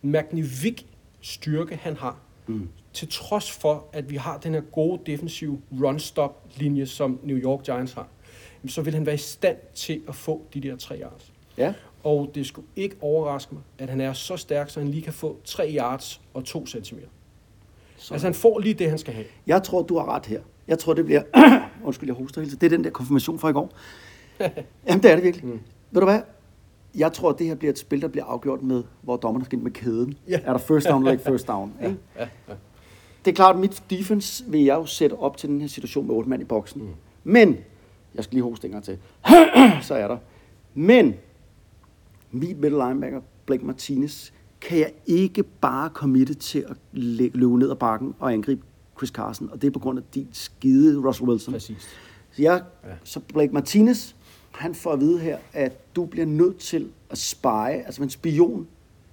magnifik styrke, han har. Mm. Til trods for, at vi har den her gode defensive run-stop-linje, som New York Giants har, så vil han være i stand til at få de der tre yards. Ja. Og det skulle ikke overraske mig, at han er så stærk, så han lige kan få tre yards og to centimeter. Så. Altså han får lige det, han skal have. Jeg tror, du har ret her. Jeg tror, det bliver... Undskyld, jeg hoster hele tiden. Det er den der konfirmation fra i går. Jamen, det er det virkelig. Mm. Ved du hvad? Jeg tror, at det her bliver et spil, der bliver afgjort med, hvor dommerne skal ind med kæden. Ja. Er der first down eller ikke first down? Ja. Ikke? Ja. Ja. Det er klart, at mit defense vil jeg jo sætte op til den her situation med otte mand i boksen. Mm. Men... Jeg skal lige hoste en gang til. Så er der. Men... Mit middle linebacker, Blake Martinez, kan jeg ikke bare committe til at løbe ned ad bakken og angribe Chris Carson, og det er på grund af din skide Russell Wilson. Præcis. Så, jeg, ja. så Blake Martinez, han får at vide her, at du bliver nødt til at spy, altså en spion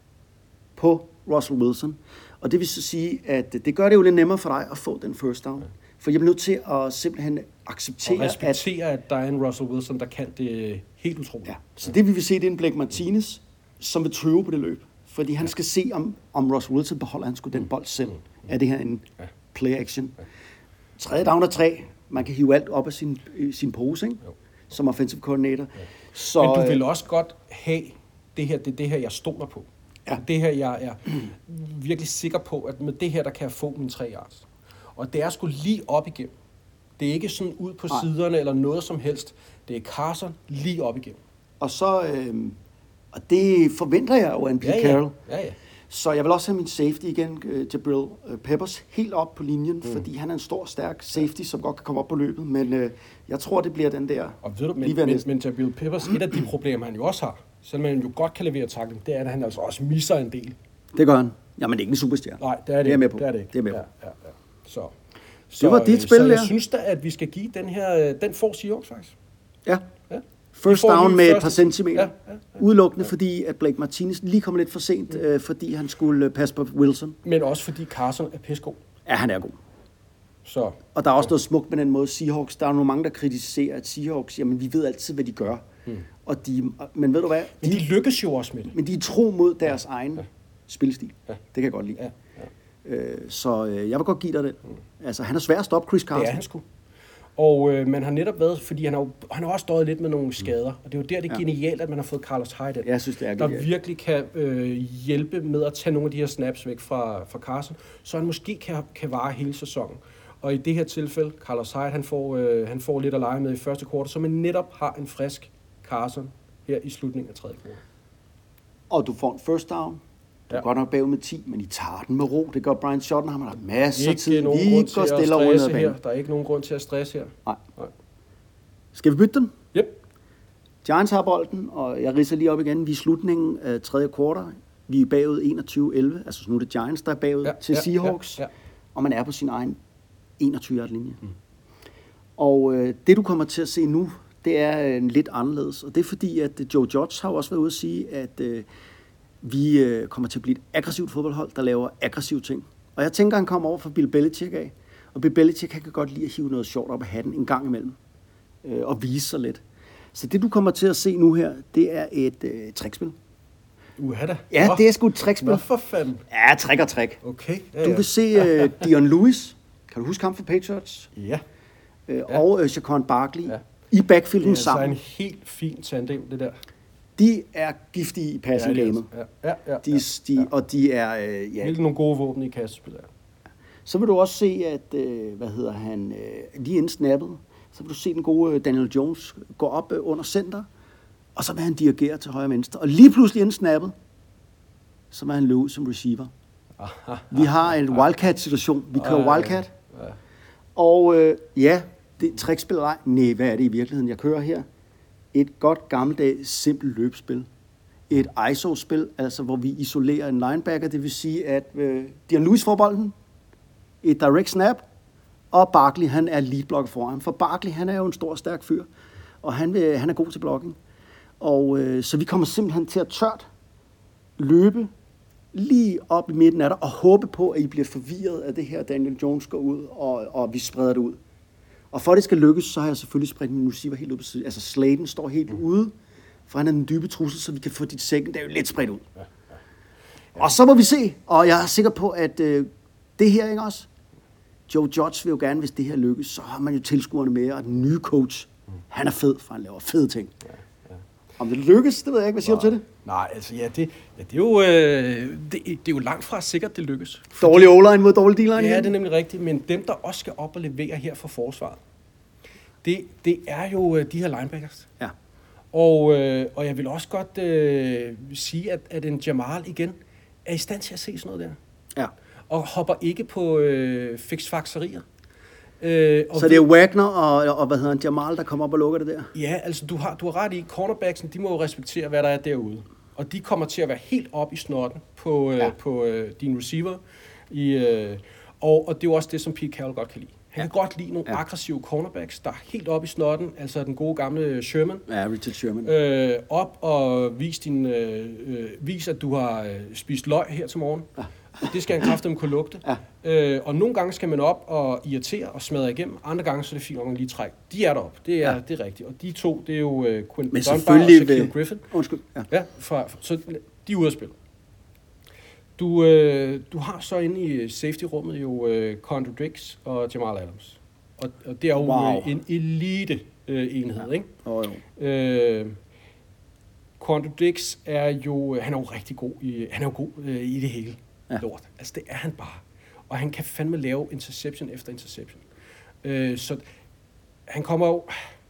på Russell Wilson. Og det vil så sige, at det gør det jo lidt nemmere for dig at få den first down. Ja. For jeg bliver nødt til at simpelthen acceptere, og respektere, at, at der er en Russell Wilson, der kan det helt utroligt. Ja. Så det vi vil se, det er en Blake Martinez, som vil tøve på det løb. Fordi han skal se, om, om Russell Wilson beholder han sgu den bold selv. Mm. Er det her en ja. play action? Ja. Tredje down og tre. Man kan hive alt op af sin, sin pose, ikke? Som offensive coordinator. Ja. Så, men du vil også godt have det her, det, det her, jeg stoler på. Ja. Det her, jeg er virkelig sikker på, at med det her, der kan jeg få mine tre yards. Og det er sgu lige op igennem. Det er ikke sådan ud på Nej. siderne eller noget som helst. Det er Carson lige op igennem. Og så, øh, og det forventer jeg jo af en Pete ja, Carroll. Ja. Ja, ja. Så jeg vil også have min safety igen, uh, Jabril Peppers, helt op på linjen, mm. fordi han er en stor, stærk safety, som godt kan komme op på løbet. Men uh, jeg tror, det bliver den der... Og ved du, men, men, men Jabril Peppers, et af de problemer, han jo også har, selvom han jo godt kan levere tackling, det er, at han altså også misser en del. Det gør han. Jamen, det er ikke en superstjerne. Nej, det er det, det er med på. Det er det ikke. Det er med på. Ja, ja, ja. Så... Så, det var dit spil, så jeg ja. synes da, at vi skal give den her... Den får Seahawks faktisk. Ja. ja. First down med et par centimeter. Ja, ja, ja. Udelukkende, ja. fordi at Blake Martinez lige kom lidt for sent, mm. øh, fordi han skulle passe på Wilson. Men også fordi Carson er pissegod. Ja, han er god. Så. Og der er også noget smukt med den måde Seahawks. Der er nogle mange, der kritiserer, at Seahawks, jamen vi ved altid, hvad de gør. Mm. Og de, men ved du hvad? Men de, de lykkes jo også med det. Men de er tro mod deres ja. egen ja. spilstil. Ja. Det kan jeg godt lide. Ja. Øh, så øh, jeg vil godt give dig det. Mm. Altså, han er svær at stoppe, Chris Carson. Det er han sgu. Og øh, man har netop været, fordi han har, han har også stået lidt med nogle skader. Og det er jo der, det er ja. genialt, at man har fået Carlos Hyde ind. Jeg synes, det er der virkelig kan øh, hjælpe med at tage nogle af de her snaps væk fra, fra Carson, så han måske kan, kan vare hele sæsonen. Og i det her tilfælde, Carlos Hyde, han får, øh, han får lidt at lege med i første kvartal, så man netop har en frisk Carson her i slutningen af tredje kvartal. Og du får en first down. Du er ja. godt nok bagud med ti, men I tager den med ro. Det gør Brian Schottenheimer. Der er masser af tid. Vi går stille og roligt her. Der er ikke nogen grund til at stresse her. Nej. Nej. Skal vi bytte den? Yep. Giants har bolden, og jeg ridser lige op igen. Vi er i slutningen af tredje kvartal. Vi er bagud enogtyve elleve. Altså nu er det Giants, der er bagud ja. til ja. Seahawks. Ja. Ja. Og man er på sin egen enogtyve-yard-linje. Mm. Og øh, det, du kommer til at se nu, det er øh, lidt anderledes. Og det er fordi, at Joe Judge har også været ude at sige, at... Øh, vi øh, kommer til at blive et aggressivt fodboldhold, der laver aggressive ting. Og jeg tænker, han kommer over fra Bill Belichick af. Og Bill Belichick, han kan godt lide at hive noget sjovt op af hatten en gang imellem. Øh, og vise sig lidt. Så det, du kommer til at se nu her, det er et øh, trickspil. Uha da. Ja, det er sgu et trickspil. Nå for fanden. Ja, trick og trick. Okay. Ja, ja. Du vil se øh, Dion Lewis. Kan du huske ham for Patriots? Ja. Øh, ja. Og øh, Saquon Barkley ja. i backfielden sammen. Det er altså en helt fin tandem, det der. De er giftige i passing-gamet. Ja, ja, ja, de, de, ja. Og de er... Øh, ja. Hvilke nogle gode våben i kastespil er. Så vil du også se, at... Øh, hvad hedder han? Øh, lige inden snappet, så vil du se den gode Daniel Jones gå op øh, under center, og så vil han dirigere til højre og venstre. Og lige pludselig inden snappet, så vil han løbe ud som receiver. Aha, Vi har en wildcat-situation. Vi kører ah, wildcat. Ja. Ja. Og øh, ja, det er trickspil eller ej. Nej, hvad er det i virkeligheden, jeg kører her? Et godt gammeldags simpelt løbspil. Et I S O-spil, altså hvor vi isolerer en linebacker, det vil sige, at øh, Dion Lewis får bolden, et direct snap, og Barkley, han er leadblocker foran. For Barkley, han er jo en stor, stærk fyr, og han, vil, han er god til blocking. Og øh, så vi kommer simpelthen til at tørt løbe lige op i midten af dig, og håbe på, at I bliver forvirret af det her, Daniel Jones går ud, og, og vi spreder det ud. Og for at det skal lykkes, så har jeg selvfølgelig spredt min receiver helt ud på siden. Altså Slayton står helt mm. ude, for han er den dybe trussel, så vi kan få dit secondary lidt spredt ud. Ja, ja. Og så må vi se, og jeg er sikker på, at øh, det her, ikke også? Joe Judge vil jo gerne, hvis det her lykkes, så har man jo tilskuerne med, og den nye coach, mm. han er fed, for han laver fede ting. Ja, ja. Om det lykkes, det ved jeg ikke. Hvad siger Nej. du til det? Nej, altså ja, det, ja, det, er jo, øh, det, det er jo langt fra sikkert, det lykkes. Dårlig O-line mod dårlig D-line? Ja, det er nemlig rigtigt, men dem, der også skal op og levere her for forsvaret, det, det er jo de her linebackers. Ja. Og, øh, og jeg vil også godt øh, sige, at, at en Jamal igen er i stand til at se sådan noget der. Ja. Og hopper ikke på øh, fiksfakserier. Øh, så det er Wagner og, og hvad hedder han, Jamal, der kommer op og lukker det der? Ja, altså du har, du har ret i, cornerbacksen, de må jo respektere, hvad der er derude. Og de kommer til at være helt op i snotten på, ja. øh, på øh, din receiver. I, øh, og, og det er jo også det, som Pete Carroll godt kan lide. Han ja. kan godt lide nogle ja. aggressive cornerbacks, der er helt op i snotten, altså den gode gamle Sherman. Ja, Richard Sherman. Øh, op og vis, din, øh, øh, vis, at du har øh, spist løg her til morgen. Ja. Det skal han kraftedeme kunne lugte. Ja. Øh, og nogle gange skal man op og irritere og smadre igennem. Andre gange så er det fint, at man lige trækker. De er deroppe. Det er, ja. det er rigtigt. Og de to, det er jo uh, Quentin Dunbar og Shaquille Griffin. Undskyld. Ja. Ja, fra, så de er ude at spille. Du, øh, du har så inde i safety-rummet jo øh, Quandre Diggs og Jamal Adams. Og, og det er jo wow. en elite øh, enhed, ja. ikke? Oh, jo. Øh, Quandre Diggs er jo, han er jo rigtig god i, han er jo god øh, i det hele. Ja. Lort. Altså det er han bare. Og han kan fandme lave interception efter interception. Øh, så han kommer jo...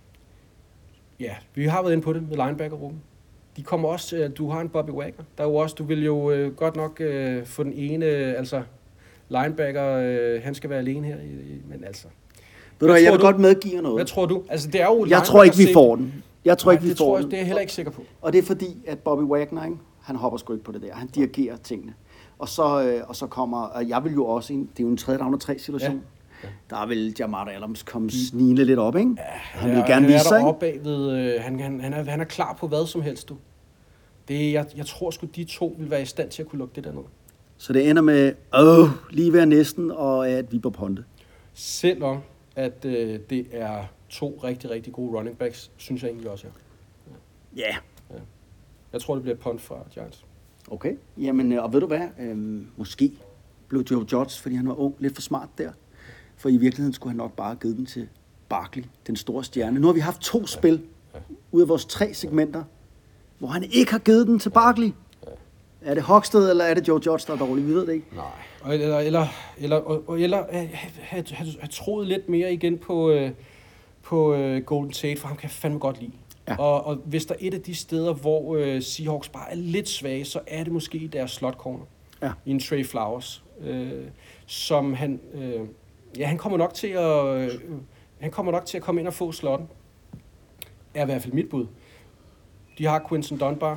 Ja, vi har været inde på det med linebacker-gruppen. De kommer også... Du har en Bobby Wagner. Der er jo også... Du vil jo øh, godt nok øh, få den ene... Altså, linebacker... Øh, han skal være alene her. Men altså... Ved du, jeg vil du, godt medgive noget. Hvad tror du? Altså, det er jo... Jeg tror ikke, vi får den. Jeg tror Nej, ikke, vi det får tror jeg, den. Det er jeg heller ikke sikker på. Og det er fordi, at Bobby Wagner, ikke? Han hopper sgu ikke på det der. Han dirigerer tingene. Og så, øh, og så kommer, og jeg vil jo også, det er jo en tredje down og tre situation. Ja. Ja. Der vil Jamal Adams komme snigende lidt op, ikke? Ja, han vil ja, gerne han vise sig, ikke? Bagved, øh, han, han, han, er, han er klar på hvad som helst, du. Det, jeg, jeg tror sgu, de to vil være i stand til at kunne lukke det der ned. Så det ender med, åh, lige ved næsten, og at vi på ponte. Selvom, at øh, det er to rigtig, rigtig gode running backs, synes jeg egentlig også, ja. Ja. Yeah. ja. Jeg tror, det bliver et punt fra Giants. Okay, jamen, og ved du hvad, øhm, måske blev Joe Judge, fordi han var ung, lidt for smart der. For i virkeligheden skulle han nok bare have givet den til Barkley, den store stjerne. Nu har vi haft to spil ja. Ja. ud af vores tre segmenter, hvor han ikke har givet den til Barkley. Ja. Er det Hogsted, eller er det Joe Judge, der er dårlig? Vi ved det ikke. Nej, eller, eller, eller, eller have, have, have troet lidt mere igen på, øh, på øh, Golden Tate, for ham kan jeg fandme godt lide. Ja. Og, og hvis der er et af de steder, hvor øh, Seahawks bare er lidt svage, så er det måske deres slot corner. Ja. I en Trey Flowers. Øh, som han... Øh, ja, han kommer nok til at... Øh, han kommer nok til at komme ind og få slotten. Er i hvert fald mit bud. De har Quentin Dunbar.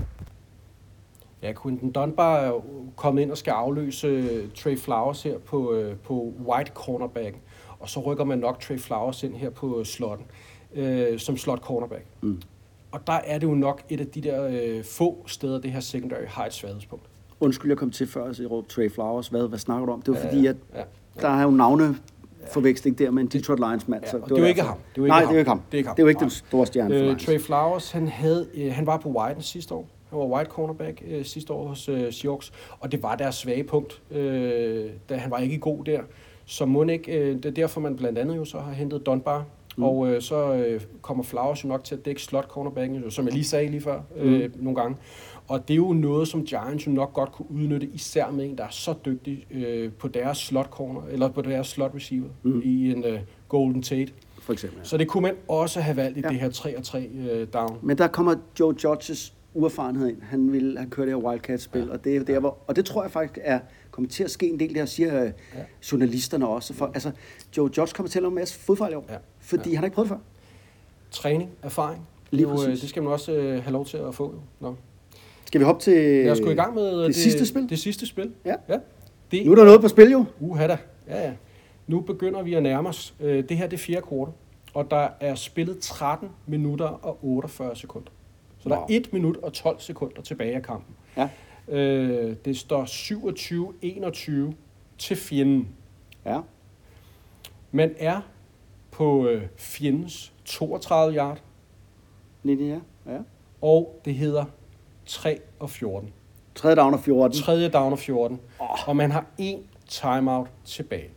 Ja, Quentin Dunbar er jo kommet ind og skal afløse Trey Flowers her på, øh, på white cornerbacken. Og så rykker man nok Trey Flowers ind her på slotten. Øh, som slot cornerback. Mm. Og der er det jo nok et af de der øh, få steder, det her secondary har et svaghedspunkt. Undskyld, jeg kom til før, så jeg råbte Trey Flowers. Hvad, hvad snakker du om? Det var ja, fordi, at ja, ja. der er jo navneforveksling der med en Detroit Lions mand. Ja, så det, det er jo ikke ham. Det er Nej, ham. det er ikke ham. Det er ikke ham. Det er jo ikke den store stjerne for øh, Lions. Trey Flowers, han, havde, øh, han var på white sidste år. Han var white cornerback øh, sidste år hos øh, Seahawks. Og det var deres svage punkt. Øh, da han var ikke god der. Så må ikke, øh, det er derfor, man blandt andet jo så har hentet Dunbar. Mm. Og øh, så øh, kommer Flowers jo nok til at dække slot cornerbacken, som jeg lige sagde lige før, øh, mm. nogle gange. Og det er jo noget, som Giants jo nok godt kunne udnytte, især med en, der er så dygtig øh, på deres slot corner, eller på deres slot receiver, mm. i en øh, Golden Tate. For eksempel, ja. Så det kunne man også have valgt i ja. det her tre og tre øh, down. Men der kommer Joe Judges uerfarenhed ind. Han vil han kører det her Wildcat-spil, ja. og, det, der, hvor, og det tror jeg faktisk er kommer til at ske en del, der siger ja. journalisterne også. For, altså, Joe Judge kommer til at lave en masse fodfejl i år, ja. fordi ja. han har ikke prøvet det før. Træning, erfaring, Lige jo, det skal man også øh, have lov til at få. Nå. Skal vi hoppe til Lad os gå i gang med det, det sidste spil? Det sidste spil, ja. ja. Det, nu er der noget på spil jo. Uha da, ja ja. Nu begynder vi at nærme os. Det her det er fjerde kvartal, og der er spillet tretten minutter og otteogfyrre sekunder. Så wow. der er et minut og tolv sekunder tilbage af kampen. Ja. Øh, det står syvogtyve enogtyve til fjenden. Ja. Man er på øh, fjendens toogtredive yard. Linje, ja. ja. Og det hedder tre og fjorten. Tredje down og fjorten. Tredje down og fjorten. Oh. Og man har én timeout tilbage.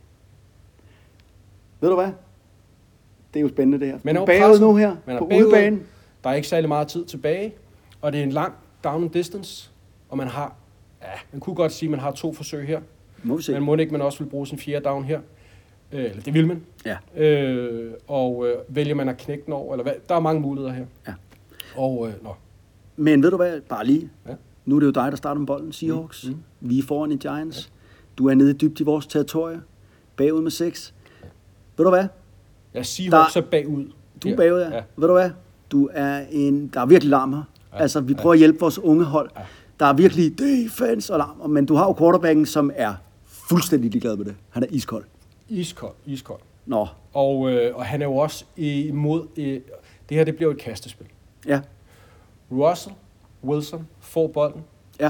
Ved du hvad? Det er jo spændende det her. Man er jo bagud presset. nu her Man er på bagud. udebanen. Der er ikke særlig meget tid tilbage, og det er en lang down and distance, og man har, ja, man kunne godt sige, at man har to forsøg her. Må vi se. Men må ikke man også vil bruge sin fjerde down her? Øh, eller det vil man. Ja. Øh, og øh, vælger man at knække den over, eller hvad? Der er mange muligheder her. Ja. Og, øh, nå. Men ved du hvad? Bare lige. Ja. Nu er det jo dig, der starter med bolden, Seahawks. Mm. Mm. Vi er foran i Giants. Ja. Du er nede dybt i vores territorie. Bagud med seks. Ja. Ved du hvad? Ja, Seahawks er bagud. Du er bagud, ja. ja. Ved du hvad? Du er en... Der er virkelig larm her. Ja. Altså, vi prøver at hjælpe vores unge hold. Ja. Der er virkelig defense og larm. Men du har jo quarterbacken, som er fuldstændig ligeglad med det. Han er iskold. Iskold, iskold. Nå. Og, øh, og han er jo også imod... Øh, det her, det bliver jo et kastespil. Ja. Russell Wilson får bolden. Ja.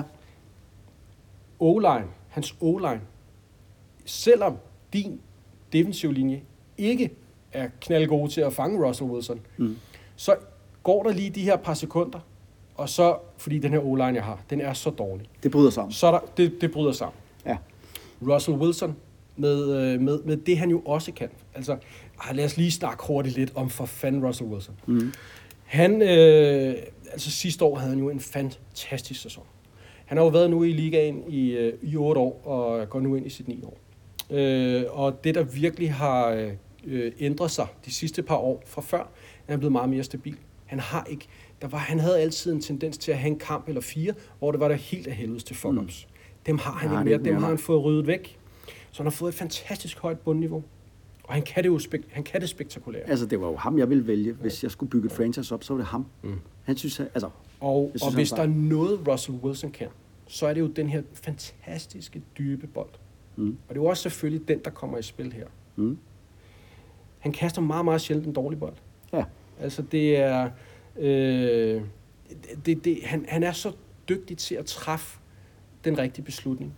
O-line, hans O-line, selvom din defensive linje ikke er knaldgode til at fange Russell Wilson, mm. så går der lige de her par sekunder, og så, fordi den her O-line, jeg har, den er så dårlig. Det bryder sammen. Så der, det, det bryder sammen. Ja. Russell Wilson, med, med, med det han jo også kan. Altså, ah, lad os lige snakke hurtigt lidt om for fanden Russell Wilson. Mm. Han, øh, altså sidste år havde han jo en fantastisk sæson. Han har jo været nu i ligaen i, øh, i otte år, og går nu ind i sit ni år. Øh, og det, der virkelig har øh, ændret sig de sidste par år fra før, er han blevet meget mere stabil. Han har ikke, der var, han havde altid en tendens til at have en kamp eller fire, hvor det var der helt af helvedes til fuck-ups. Mm. Dem har han ja, ikke mere, dem mere. har han fået ryddet væk. Så han har fået et fantastisk højt bundniveau. Og han kan det jo spek- han kan det spektakulære. Altså, det var jo ham, jeg ville vælge. Hvis jeg skulle bygge et franchise op, så var det ham. Mm. Han synes, altså... Og, synes, og hvis der er noget, Russell Wilson kan, så er det jo den her fantastiske, dybe bold. Mm. Og det er jo også selvfølgelig den, der kommer i spil her. Mm. Han kaster meget, meget sjældent en dårlig bold. Ja. Altså, det er... Øh, det, det, han, han er så dygtig til at træffe den rigtige beslutning.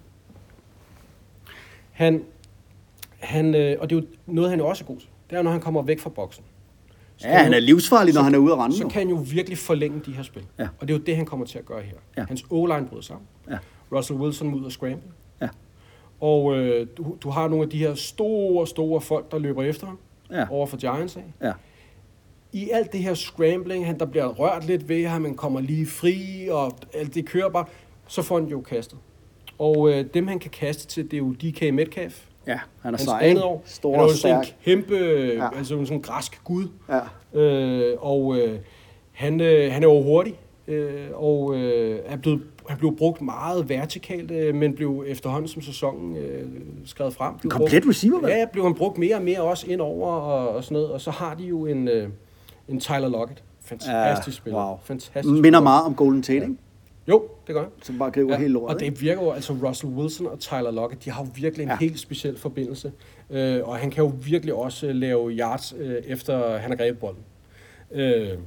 Han... Han, øh, og det er jo noget, han er også god til. Det er når han kommer væk fra boksen. Så ja, han er livsfarlig, når så, han er ude at rende. Så kan han jo virkelig forlænge de her spil. Ja. Og det er jo det, han kommer til at gøre her. Ja. Hans O-line bryder sammen. Ja. Russell Wilson må ud og scramble. Ja. Og øh, du, du har nogle af de her store, store folk, der løber efter ham. Ja. Over for Giants af. Ja. I alt det her scrambling, han, der bliver rørt lidt ved ham, man kommer lige fri, og alt det kører bare, så får han jo kastet. Og øh, dem, han kan kaste til, det er jo D K Metcalf. Ja, han er sej. Han er jo sådan en kæmpe, ja. altså sådan en græsk gud. Ja. Øh, og øh, han, øh, han er jo hurtig, øh, og øh, er blevet, han blev brugt meget vertikalt, øh, men blev efterhånden som sæsonen øh, skrevet frem. En komplet brugt, receiver, vel? Ja, blev han brugt mere og mere også ind over og, og sådan noget. Og så har de jo en, øh, en Tyler Lockett. Fantastisk ja, spiller. Wow. Fantastisk Minder spiller. meget om Golden Tate, ja. Ikke? Jo, det gør han. Som bare griber ja, helt lortet. Og det virker jo, altså Russell Wilson og Tyler Lockett, de har jo virkelig en ja. helt speciel forbindelse. Øh, og han kan jo virkelig også lave yards, øh, efter han har grebet bolden. Øh,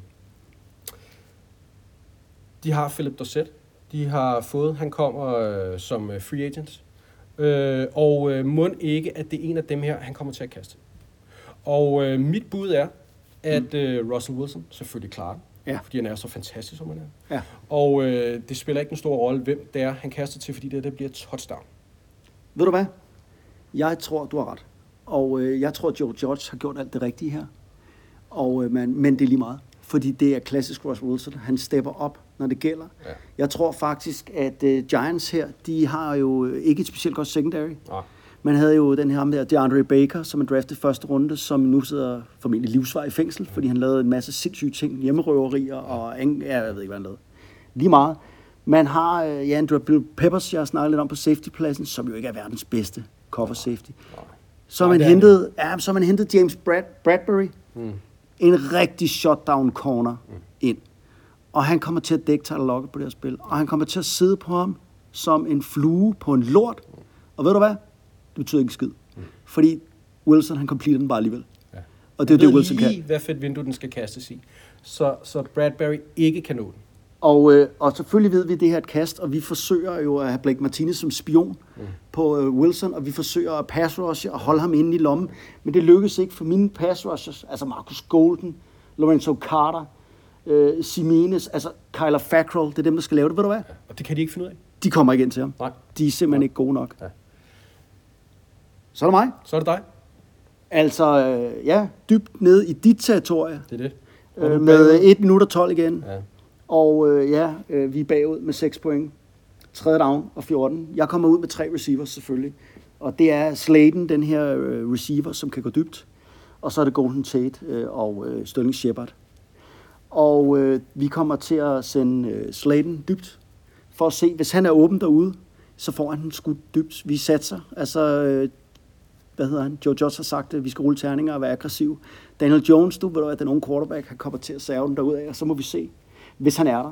de har Philip Dorsett. De har fået, han kommer øh, som free agent. Øh, og øh, må ikke, at det er en af dem her, han kommer til at kaste. Og øh, mit bud er, at øh, Russell Wilson selvfølgelig klarer det. Ja. Fordi han er så fantastisk, som han er. Ja. Og øh, det spiller ikke en stor rolle, hvem det er, han kaster til, fordi det, det bliver touchdown. Ved du hvad? Jeg tror, du har ret. Og øh, jeg tror, Joe Judge har gjort alt det rigtige her. Og, øh, men, men det er lige meget. Fordi det er klassisk Russell Wilson. Han stepper op, når det gælder. Ja. Jeg tror faktisk, at øh, Giants her, de har jo ikke et specielt godt secondary. Ja. Man havde jo den her, der DeAndre Baker, som er draftet første runde, som nu sidder formentlig livsvar i fængsel, fordi han lavede en masse sindssyge ting, hjemmerøverier og ja, jeg ved ikke, hvad han lavede. Lige meget. Man har ja, Andrew Peppers, jeg har snakket lidt om på safetypladsen, som jo ikke er verdens bedste cover safety. Så har man hentet, ja, så man hentet James Brad, Bradbury, mm. en rigtig shutdown corner mm. ind. Og han kommer til at dække Tyler Lockett på det her spil, og han kommer til at sidde på ham som en flue på en lort. Og ved du hvad? Det betyder ikke skid. Mm. Fordi Wilson, han completer den bare alligevel. Ja. Og det er det, Wilson lige, kan. hvad for et vindue den skal kastes i. Så, så Bradbury ikke kan nå den. Og, øh, og selvfølgelig ved vi, at det her er et kast, og vi forsøger jo at have Blake Martinez som spion mm. på øh, Wilson, og vi forsøger at pass rushe og holde ham inde i lommen. Men det lykkes ikke for mine pass rushers, altså Marcus Golden, Lorenzo Carter, øh, Simenes, altså Kyler Fackrell, det er dem, der skal lave det, ved du hvad? Ja, og det kan de ikke finde ud af. de kommer ikke ind til ham. Nej. De er simpelthen Nej. ikke gode nok. Ja. Så er det mig. Så er det dig. Altså, øh, ja, dybt ned i dit territorie. Det er det. Og Øh, du med bagud. et minut og tolv igen. Ja. Og øh, ja, øh, vi er bagud med seks point. Tredje down og fjorten. Jeg kommer ud med tre receivers selvfølgelig. Og det er Slayton, den her øh, receiver, som kan gå dybt. Og så er det Golden Tate øh, og øh, Sterling Shepard. Og øh, vi kommer til at sende øh, Slayton dybt. For at se, hvis han er åben derude, så får han den skudt dybt. Vi satser. Altså, øh, hvad hedder han? Joe Judge har sagt, at vi skal rulle terninger og være aggressiv. Daniel Jones, du ved du, at den unge quarterback, han kommer til at serve den derud af, og så må vi se, hvis han er der.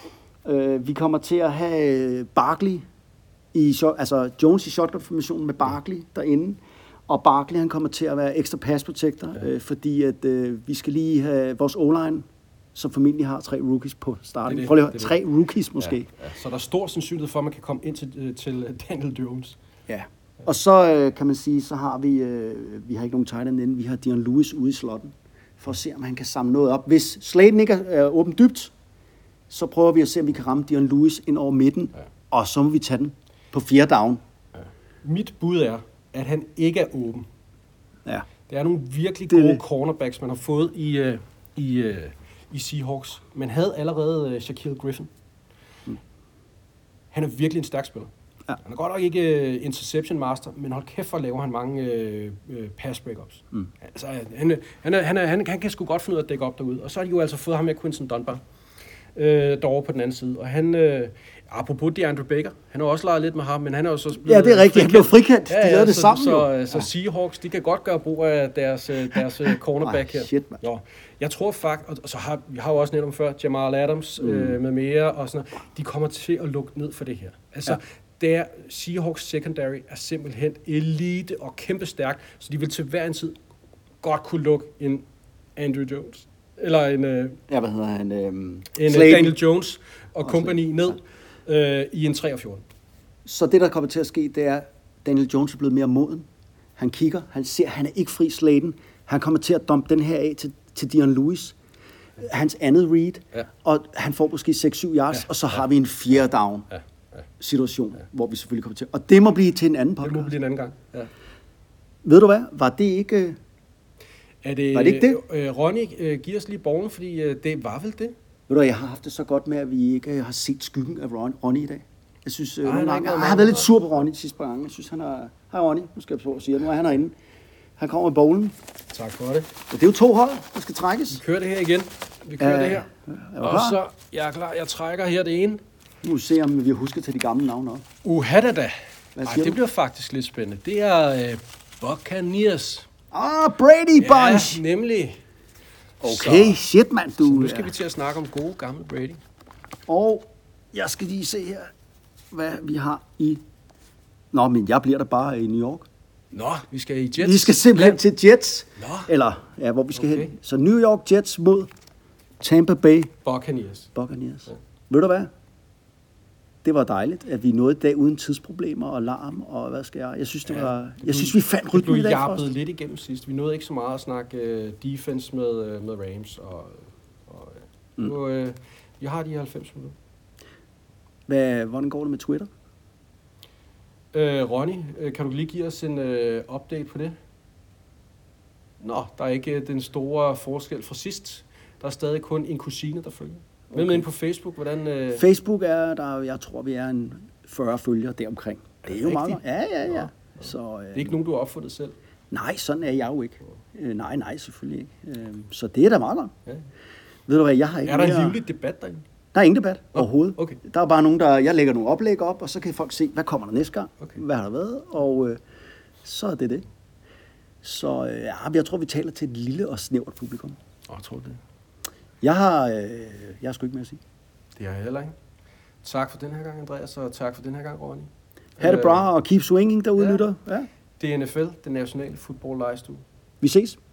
Øh, vi kommer til at have Barkley, i, altså Jones i shotgun-formationen med Barkley derinde, og Barkley han kommer til at være ekstra pass protector, ja. øh, fordi at øh, vi skal lige have vores O-line, som formentlig har tre rookies på starten. Det det, Prøv lige at høre, det tre rookies måske. Ja, ja. Så der er stor sandsynlighed for, at man kan komme ind til, til Daniel Jones. Ja. Og så øh, kan man sige, så har vi, øh, vi har ikke nogen tight end inde, vi har Dion Lewis ude i slotten, for at se, om han kan samle noget op. Hvis Slayton ikke er øh, åbent dybt, så prøver vi at se, om vi kan ramme Dion Lewis ind over midten, ja. Og så må vi tage den på fjerde down. Ja. Mit bud er, at han ikke er åben. Ja. Det er nogle virkelig Det er gode det. cornerbacks, man har fået i, uh, i, uh, i Seahawks. Man havde allerede uh, Shaquille Griffin. Mm. Han er virkelig en stærk spiller. Ja. Han er godt nok ikke uh, interception master, men hold kæft, for laver han mange uh, uh, pass breakups. Mm. Altså, han, han, er, han, er, han, han kan sgu godt finde ud af at dække op derude. Og så har de jo altså fået ham med Quinton Dunbar uh, derovre på den anden side. Og han... Uh, Apropos DeAndre Baker, han har også leget lidt med ham, men han er jo så blevet... Ja, det er rigtigt. Han blev frikendt. De ja, ja, lavede det så, sammen så, jo. så, så Seahawks, de kan godt gøre brug af deres, deres cornerback her. Ej, shit, man. Jo, jeg tror faktisk, og så har vi har jo også nævnt om før, Jamal Adams mm. øh, med mere og sådan noget, de kommer til at lukke ned for det her. Altså, ja. Der Seahawks secondary er simpelthen elite og kæmpe stærk, så de vil til hver en tid godt kunne lukke en Andrew Jones, eller en, øh, ja, hvad hedder han? Øhm, en øh, Slayton. Daniel Jones og company ned. Øh, i en tre og fjorten. Så det, der kommer til at ske, det er, Daniel Jones er blevet mere moden. Han kigger, han ser, han er ikke fri Slayton. Han kommer til at dumpe den her af til, til Dion Lewis. Hans andet read. Ja. Og han får måske seks syv yards, ja. Og så har vi en fjerde down ja. Ja. situation, ja. Hvor vi selvfølgelig kommer til. Og det må blive til en anden podcast. Det må blive en anden gang, ja. Ved du hvad? Var det ikke... Er det, var det ikke det? Øh, Ronny, øh, giv os lige bolden, fordi øh, det var vel det? Ved du, jeg har haft det så godt med, at vi ikke har set skyggen af Ron, Ronny i dag. Jeg synes, øh, Ej, nogle nej, gange, nej, jeg har været lidt sur på Ronny de sidste par gange. Jeg synes, han er... Hej Ronny, nu skal jeg prøve at sige det. Nu er han herinde. Han kommer med bowlen. Tak for det. Og det er jo to hold, der skal trækkes. Vi kører det her igen. Vi kører Æh, det her. Og så, jeg er klar, jeg trækker her det ene. Nu må vi se, om vi har husket til de gamle navne også. Uhadada. Hvad Ej, siger det du? bliver faktisk lidt spændende. Det er øh, Buccaneers. Ah, Brady Bunch! Ja, nemlig. Okay, så, shit mand, du. Så nu skal vi til at snakke om gode gamle Brady. Og jeg skal lige se her, hvad vi har i... Nå, men jeg bliver der bare i New York. Nå, vi skal i Jets. Vi skal simpelthen til Jets. Nå. Eller, ja, hvor vi skal Okay. hen. Så New York Jets mod Tampa Bay Buccaneers. Buccaneers. Ja. Ved du hvad? Det var dejligt, at vi nåede i dag uden tidsproblemer og larm, og hvad skal jeg? Jeg synes, det Ja, var... det Jeg blev- synes, vi fandt Det rytmen blev i dag for jappet os. lidt igennem sidst. Vi nåede ikke så meget at snakke uh, defense med, uh, med Rams. Og, og, uh, Mm. nu, uh, vi har de her halvfems minutter. Hvad, hvordan går det med Twitter? Uh, Ronny, uh, kan du lige give os en uh, update på det? Nå, der er ikke uh, den store forskel fra sidst. Der er stadig kun en kusine, der følger. Hvem er inde på Facebook? Hvordan, uh... Facebook er der, jeg tror, vi er en fyrre følgere deromkring. Det er jo meget. rigtigt? Ja, ja, ja. Nå. Så, øh, Det er ikke nogen, du har opfundet selv. nej, sådan er jeg jo ikke. Øh, nej, nej, selvfølgelig ikke. Øh, så det er da meget godt. Ja. Ved du hvad, jeg har ikke Er der en mere- livlig debat derinde? Der er ingen debat Nå, overhovedet. okay. Der er bare nogen, der... Jeg lægger nogle oplæg op, og så kan folk se, hvad kommer der næste gang? Okay. Hvad har der været? Og øh, så er det det. Så øh, ja, jeg tror, vi taler til et lille og snævert publikum. Åh, jeg tror det. Jeg har... Øh, jeg har sgu ikke mere at sige. Det har jeg heller ikke. Tak for den her gang, Andreas, og tak for den her gang, Ronny. Ha' det Øh, bra, og keep swinging derude, ja. lytter. Ja. Det er N F L, den nationale football livestue. Vi ses.